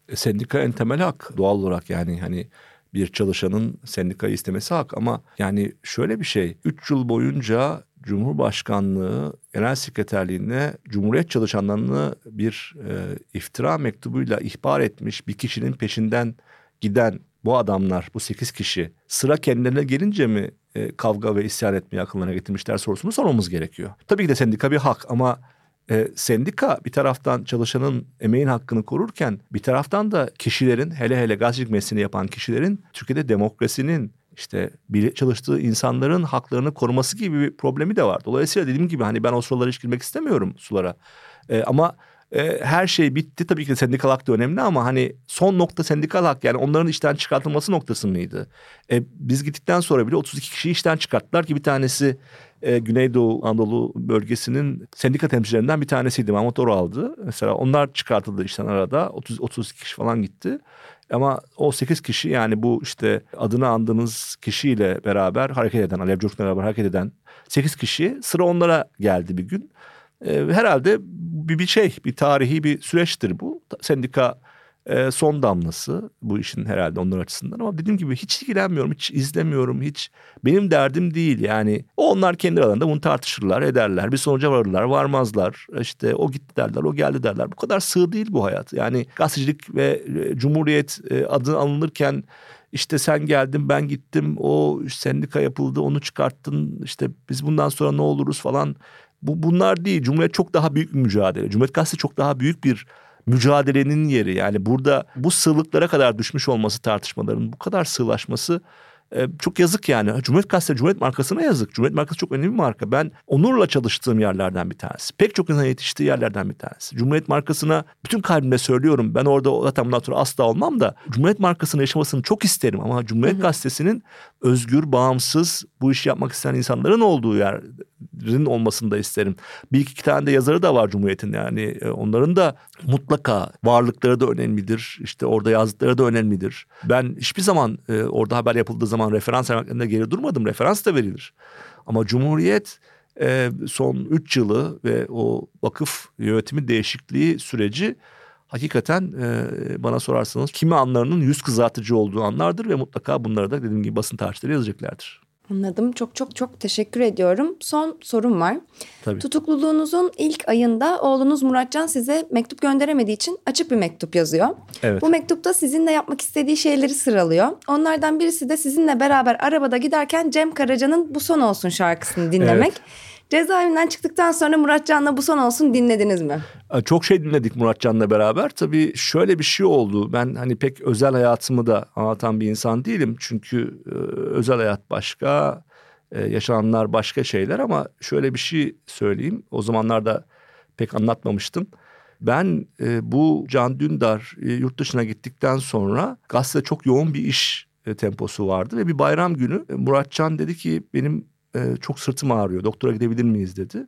E, sendika en temel hak doğal olarak, yani hani bir çalışanın sendikayı istemesi hak, ama yani şöyle bir şey, üç yıl boyunca Cumhurbaşkanlığı Genel Sekreterliğine Cumhuriyet çalışanlarını bir e, iftira mektubuyla ihbar etmiş bir kişinin peşinden giden bu adamlar, bu sekiz kişi sıra kendilerine gelince mi e, kavga ve isyan etmeyi akıllarına getirmişler sorusunu sormamız gerekiyor. Tabii ki de sendika bir hak, ama e, sendika bir taraftan çalışanın emeğin hakkını korurken bir taraftan da kişilerin, hele hele gazetecilik mesleğini yapan kişilerin Türkiye'de demokrasinin, işte bir çalıştığı insanların haklarını koruması gibi bir problemi de var. Dolayısıyla dediğim gibi hani ben o sulara hiç girmek istemiyorum sulara. E, ama e, her şey bitti. Tabii ki sendikal hak da önemli, ama hani son nokta sendikal hak, yani onların işten çıkartılması noktası mıydı? E, biz gittikten sonra bile otuz iki kişiyi işten çıkarttılar ki bir tanesi e, Güneydoğu Anadolu bölgesinin sendika temsilcilerinden bir tanesiydi. Mahmut Oral'dı. Mesela onlar çıkartıldı işten arada. otuz otuz iki kişi falan gitti. Ama o sekiz kişi, yani bu işte adını andığınız kişiyle beraber hareket eden, Alev Cuk'la beraber hareket eden sekiz kişi, sıra onlara geldi bir gün. Ee, herhalde bir, bir şey, bir tarihi bir süreçtir bu. Sendika e, son damlası bu işin herhalde onlar açısından. Ama dediğim gibi hiç ilgilenmiyorum, hiç izlemiyorum, hiç benim derdim değil. Yani onlar kendi aralarında bunu tartışırlar, ederler, bir sonuca varırlar, varmazlar. İşte o gitti derler, o geldi derler. Bu kadar sığ değil bu hayat. Yani gazetecilik ve Cumhuriyet e, adı alınırken işte sen geldin, ben gittim, o sendika yapıldı, onu çıkarttın, işte biz bundan sonra ne oluruz falan. Bu bunlar değil. Cumhuriyet çok daha büyük bir mücadele. Cumhuriyet Gazetesi çok daha büyük bir mücadelenin yeri. Yani burada bu sığlıklara kadar düşmüş olması, tartışmaların bu kadar sığlaşması e, çok yazık yani. Cumhuriyet Gazetesi, Cumhuriyet markasına yazık. Cumhuriyet markası çok önemli bir marka. Ben onurla çalıştığım yerlerden bir tanesi. Pek çok insan yetiştiği yerlerden bir tanesi. Cumhuriyet markasına bütün kalbimle söylüyorum. Ben orada zaten bundan sonra asla olmam da Cumhuriyet markasının yaşamasını çok isterim. Ama Cumhuriyet hı hı. Gazetesi'nin özgür, bağımsız, bu işi yapmak isteyen insanların olduğu yerin olmasını da isterim. Bir iki tane de yazarı da var Cumhuriyet'in, yani onların da mutlaka varlıkları da önemlidir. İşte orada yazdıkları da önemlidir. Ben hiçbir zaman e, orada haber yapıldığı zaman referans vermekten de geri durmadım. Referans da verilir. Ama Cumhuriyet e, son üç yılı ve o vakıf yönetimi değişikliği süreci hakikaten e, bana sorarsanız kimi anlarının yüz kızartıcı olduğu anlardır ve mutlaka bunları da dediğim gibi basın tarihçileri yazacaklardır. Anladım. Çok çok çok teşekkür ediyorum. Son sorum var. Tabii. Tutukluluğunuzun ilk ayında oğlunuz Muratcan size mektup gönderemediği için açık bir mektup yazıyor. Evet. Bu mektupta sizinle yapmak istediği şeyleri sıralıyor. Onlardan birisi de sizinle beraber arabada giderken Cem Karaca'nın Bu Son Olsun şarkısını dinlemek. Evet. Cezaevinden çıktıktan sonra Muratcan'la Bu Son Olsun dinlediniz mi? Çok şey dinledik Muratcan'la beraber. Tabii şöyle bir şey oldu. Ben hani pek özel hayatımı da anlatan bir insan değilim. Çünkü e, özel hayat başka, e, yaşananlar başka şeyler, ama şöyle bir şey söyleyeyim. O zamanlarda pek anlatmamıştım. Ben e, bu Can Dündar e, yurt dışına gittikten sonra gazetede çok yoğun bir iş e, temposu vardı. Ve bir bayram günü e, Muratcan dedi ki benim e, çok sırtım ağrıyor, doktora gidebilir miyiz dedi.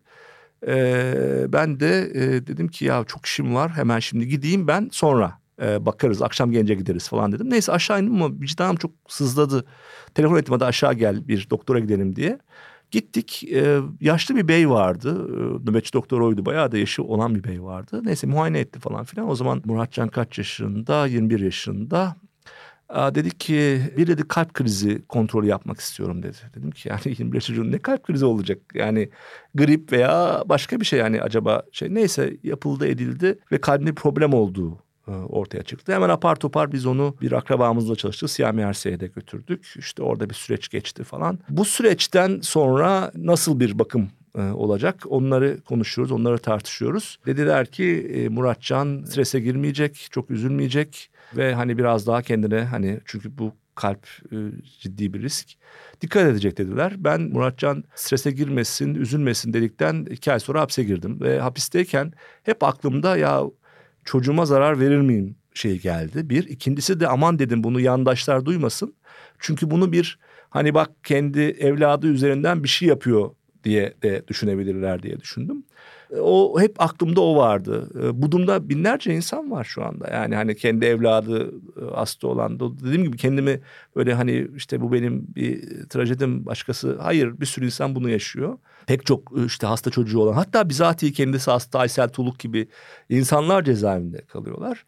Ee, ben de e, dedim ki ya çok işim var, hemen şimdi gideyim, ben sonra e, bakarız, akşam gelince gideriz falan dedim. Neyse aşağı indim ama vicdanım çok sızladı. Telefon ettim, hadi aşağı gel bir doktora gidelim diye. Gittik, e, yaşlı bir bey vardı, e, nöbetçi doktor oydu, bayağı da yaşı olan bir bey vardı. Neyse muayene etti falan filan. O zaman Muratcan kaç yaşında? yirmi bir yaşında. Aa, dedi ki bir dedi kalp krizi kontrolü yapmak istiyorum dedi. Dedim ki yani yirmi beş çocuğun ne kalp krizi olacak? Yani grip veya başka bir şey, yani acaba şey, neyse yapıldı edildi ve kalbinde problem olduğu e, ortaya çıktı. Hemen apar topar biz onu bir akrabamızla çalıştık, Siyami Erse'ye de götürdük. İşte orada bir süreç geçti falan. Bu süreçten sonra nasıl bir bakım e, olacak, onları konuşuyoruz, onları tartışıyoruz. Dediler ki e, Muratcan strese girmeyecek, çok üzülmeyecek. Ve hani biraz daha kendine, hani çünkü bu kalp e, ciddi bir risk, dikkat edecek dediler. Ben Muratcan strese girmesin, üzülmesin dedikten iki ay sonra hapse girdim. Ve hapisteyken hep aklımda ya çocuğuma zarar verir miyim şey geldi. Bir. İkincisi de aman dedim bunu yandaşlar duymasın. Çünkü bunu bir hani bak kendi evladı üzerinden bir şey yapıyor diye de düşünebilirler diye düşündüm. O hep aklımda o vardı. Bu durumda binlerce insan var şu anda. Yani hani kendi evladı hasta olan, dediğim gibi kendimi böyle hani işte bu benim bir trajedim başkası. Hayır, bir sürü insan bunu yaşıyor. Pek çok işte hasta çocuğu olan, hatta bizatihi kendisi hasta Aysel Tuluk gibi insanlar cezaevinde kalıyorlar.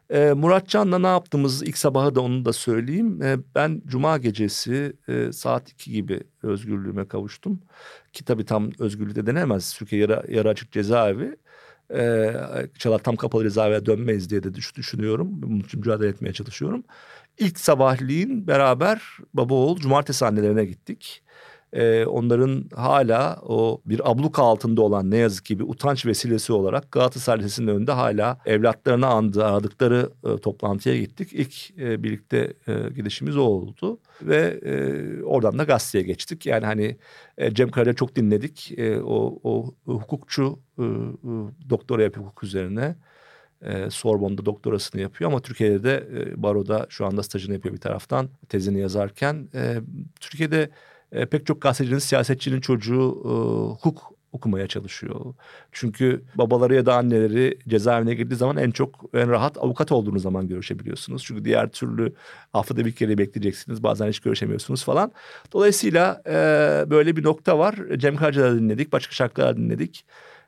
E, Muratcan'la ne yaptığımız ilk sabahı da onu da söyleyeyim. E, ben cuma gecesi e, saat iki gibi özgürlüğüme kavuştum. Ki tabii tam özgürlük de denemez. Türkiye yarı, yarı açık cezaevi. E, inşallah tam kapalı cezaevine dönmeyiz diye de düşünüyorum. Bunun için mücadele etmeye çalışıyorum. İlk sabahleyin beraber baba oğul cumartesi annelerine gittik. Ee, onların hala o bir abluka altında olan ne yazık ki bir utanç vesilesi olarak Galatasaray Lisesi'nin önünde hala evlatlarını andı, aradıkları e, toplantıya gittik. İlk e, birlikte e, gidişimiz o oldu ve e, oradan da gazeteye geçtik. Yani hani e, Cem Kara'yı çok dinledik. E, o, o hukukçu e, e, doktora yapıyor hukuk üzerine. E, Sorbonne'da doktorasını yapıyor ama Türkiye'de de e, baroda şu anda stajını yapıyor bir taraftan tezini yazarken. E, Türkiye'de E, pek çok gazetecinin, siyasetçinin çocuğu e, hukuk okumaya çalışıyor. Çünkü babaları ya da anneleri cezaevine girdiği zaman en çok, en rahat avukat olduğunuz zaman görüşebiliyorsunuz. Çünkü diğer türlü haftada bir kere bekleyeceksiniz. Bazen hiç görüşemiyorsunuz falan. Dolayısıyla e, böyle bir nokta var. Cem Karaca'da dinledik, başka şarkılar dinledik.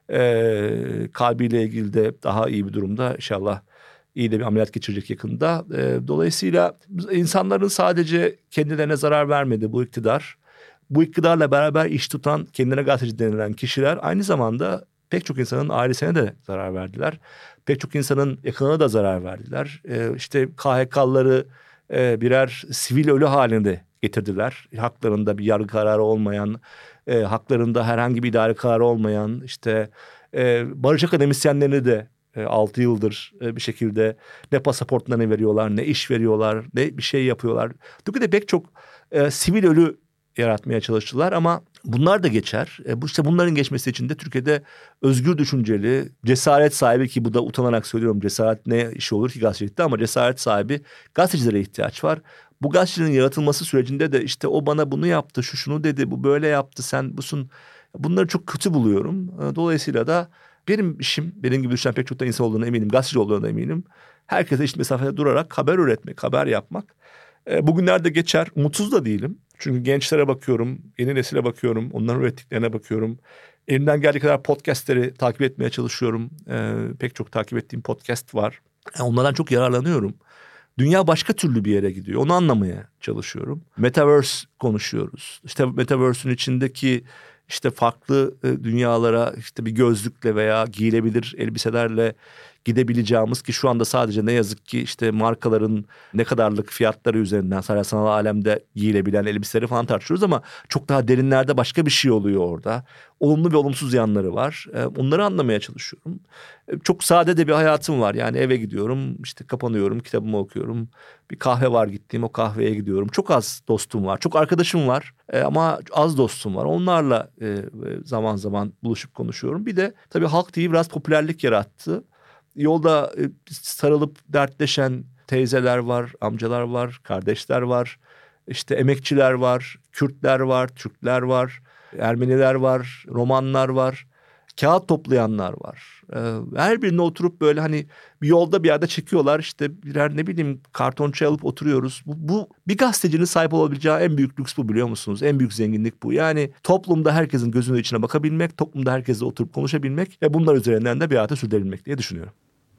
E, kalbiyle ilgili de daha iyi bir durumda inşallah. İyi de bir ameliyat geçirecek yakında. E, dolayısıyla insanların sadece kendilerine zarar vermedi bu iktidar. Bu iktidarla beraber iş tutan kendine gazeteci denilen kişiler aynı zamanda pek çok insanın ailesine de zarar verdiler. Pek çok insanın yakınına da zarar verdiler. E, işte K H K'lıları e, birer sivil ölü halinde getirdiler. Haklarında bir yargı kararı olmayan, e, haklarında herhangi bir idare kararı olmayan, işte e, barış akademisyenlerini de altı yıldır bir şekilde ne pasaportlarını veriyorlar, ne iş veriyorlar, ne bir şey yapıyorlar. Türkiye'de pek çok e, sivil ölü yaratmaya çalıştılar ama bunlar da geçer. E, bu işte bunların geçmesi için de Türkiye'de özgür düşünceli, cesaret sahibi, ki bu da utanarak söylüyorum, cesaret ne işi olur ki gazetecilikte, ama cesaret sahibi gazetecilere ihtiyaç var. Bu gazetecinin yaratılması sürecinde de işte o bana bunu yaptı, şu şunu dedi, bu böyle yaptı, sen busun. Bunları çok kötü buluyorum. Dolayısıyla da benim işim, benim gibi düşünen pek çok da insan olduğuna eminim, gazeteci olduğuna eminim. Herkese eşit mesafede durarak haber üretmek, haber yapmak. E, bugünlerde geçer, umutsuz da değilim. Çünkü gençlere bakıyorum, yeni nesile bakıyorum, onların ürettiklerine bakıyorum. Elimden geldiği kadar podcastleri takip etmeye çalışıyorum. E, pek çok takip ettiğim podcast var. E, onlardan çok yararlanıyorum. Dünya başka türlü bir yere gidiyor, onu anlamaya çalışıyorum. Metaverse konuşuyoruz. İşte Metaverse'ün içindeki İşte farklı e, dünyalara işte bir gözlükle veya giyilebilir elbiselerle gidebileceğimiz, ki şu anda sadece ne yazık ki işte markaların ne kadarlık fiyatları üzerinden sadece sanal alemde giyilebilen elbiseleri falan tartışıyoruz ama çok daha derinlerde başka bir şey oluyor orada. Olumlu ve olumsuz yanları var. E, onları anlamaya çalışıyorum. E, çok sade de bir hayatım var. Yani eve gidiyorum, işte kapanıyorum, kitabımı okuyorum. Bir kahve var gittiğim, o kahveye gidiyorum. Çok az dostum var, çok arkadaşım var e, ama az dostum var. Onlarla e, zaman zaman buluşup konuşuyorum. Bir de tabii Halk T V biraz popülerlik yarattı. Yolda e, sarılıp dertleşen teyzeler var, amcalar var, kardeşler var. İşte emekçiler var, Kürtler var, Türkler var, Ermeniler var, Romanlar var. Kağıt toplayanlar var. Her birine oturup böyle hani bir yolda bir yerde çekiyorlar. İşte birer ne bileyim kartonçay alıp oturuyoruz. Bu, bu bir gazetecinin sahip olabileceği en büyük lüks bu, biliyor musunuz? En büyük zenginlik bu. Yani toplumda herkesin gözünün içine bakabilmek, toplumda herkesle oturup konuşabilmek ve bunlar üzerinden de bir hayatı sürdürebilmek diye düşünüyorum.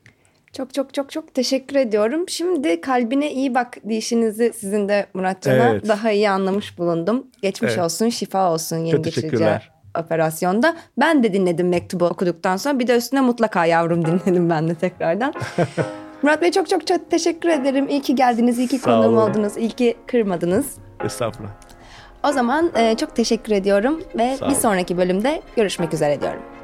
Çok çok çok çok teşekkür ediyorum. Şimdi kalbine iyi bak deyişinizi sizin de Muratcan'a evet. daha iyi anlamış bulundum. Geçmiş evet. olsun, şifa olsun yeni geçireceği operasyonda. Ben de dinledim mektubu okuduktan sonra. Bir de üstüne mutlaka yavrum dinledim ben de tekrardan. Murat Bey çok çok çok teşekkür ederim. İyi ki geldiniz, iyi ki konuğum oldunuz, iyi ki kırmadınız. Estağfurullah. O zaman e, çok teşekkür ediyorum ve bir sonraki bölümde görüşmek üzere diyorum.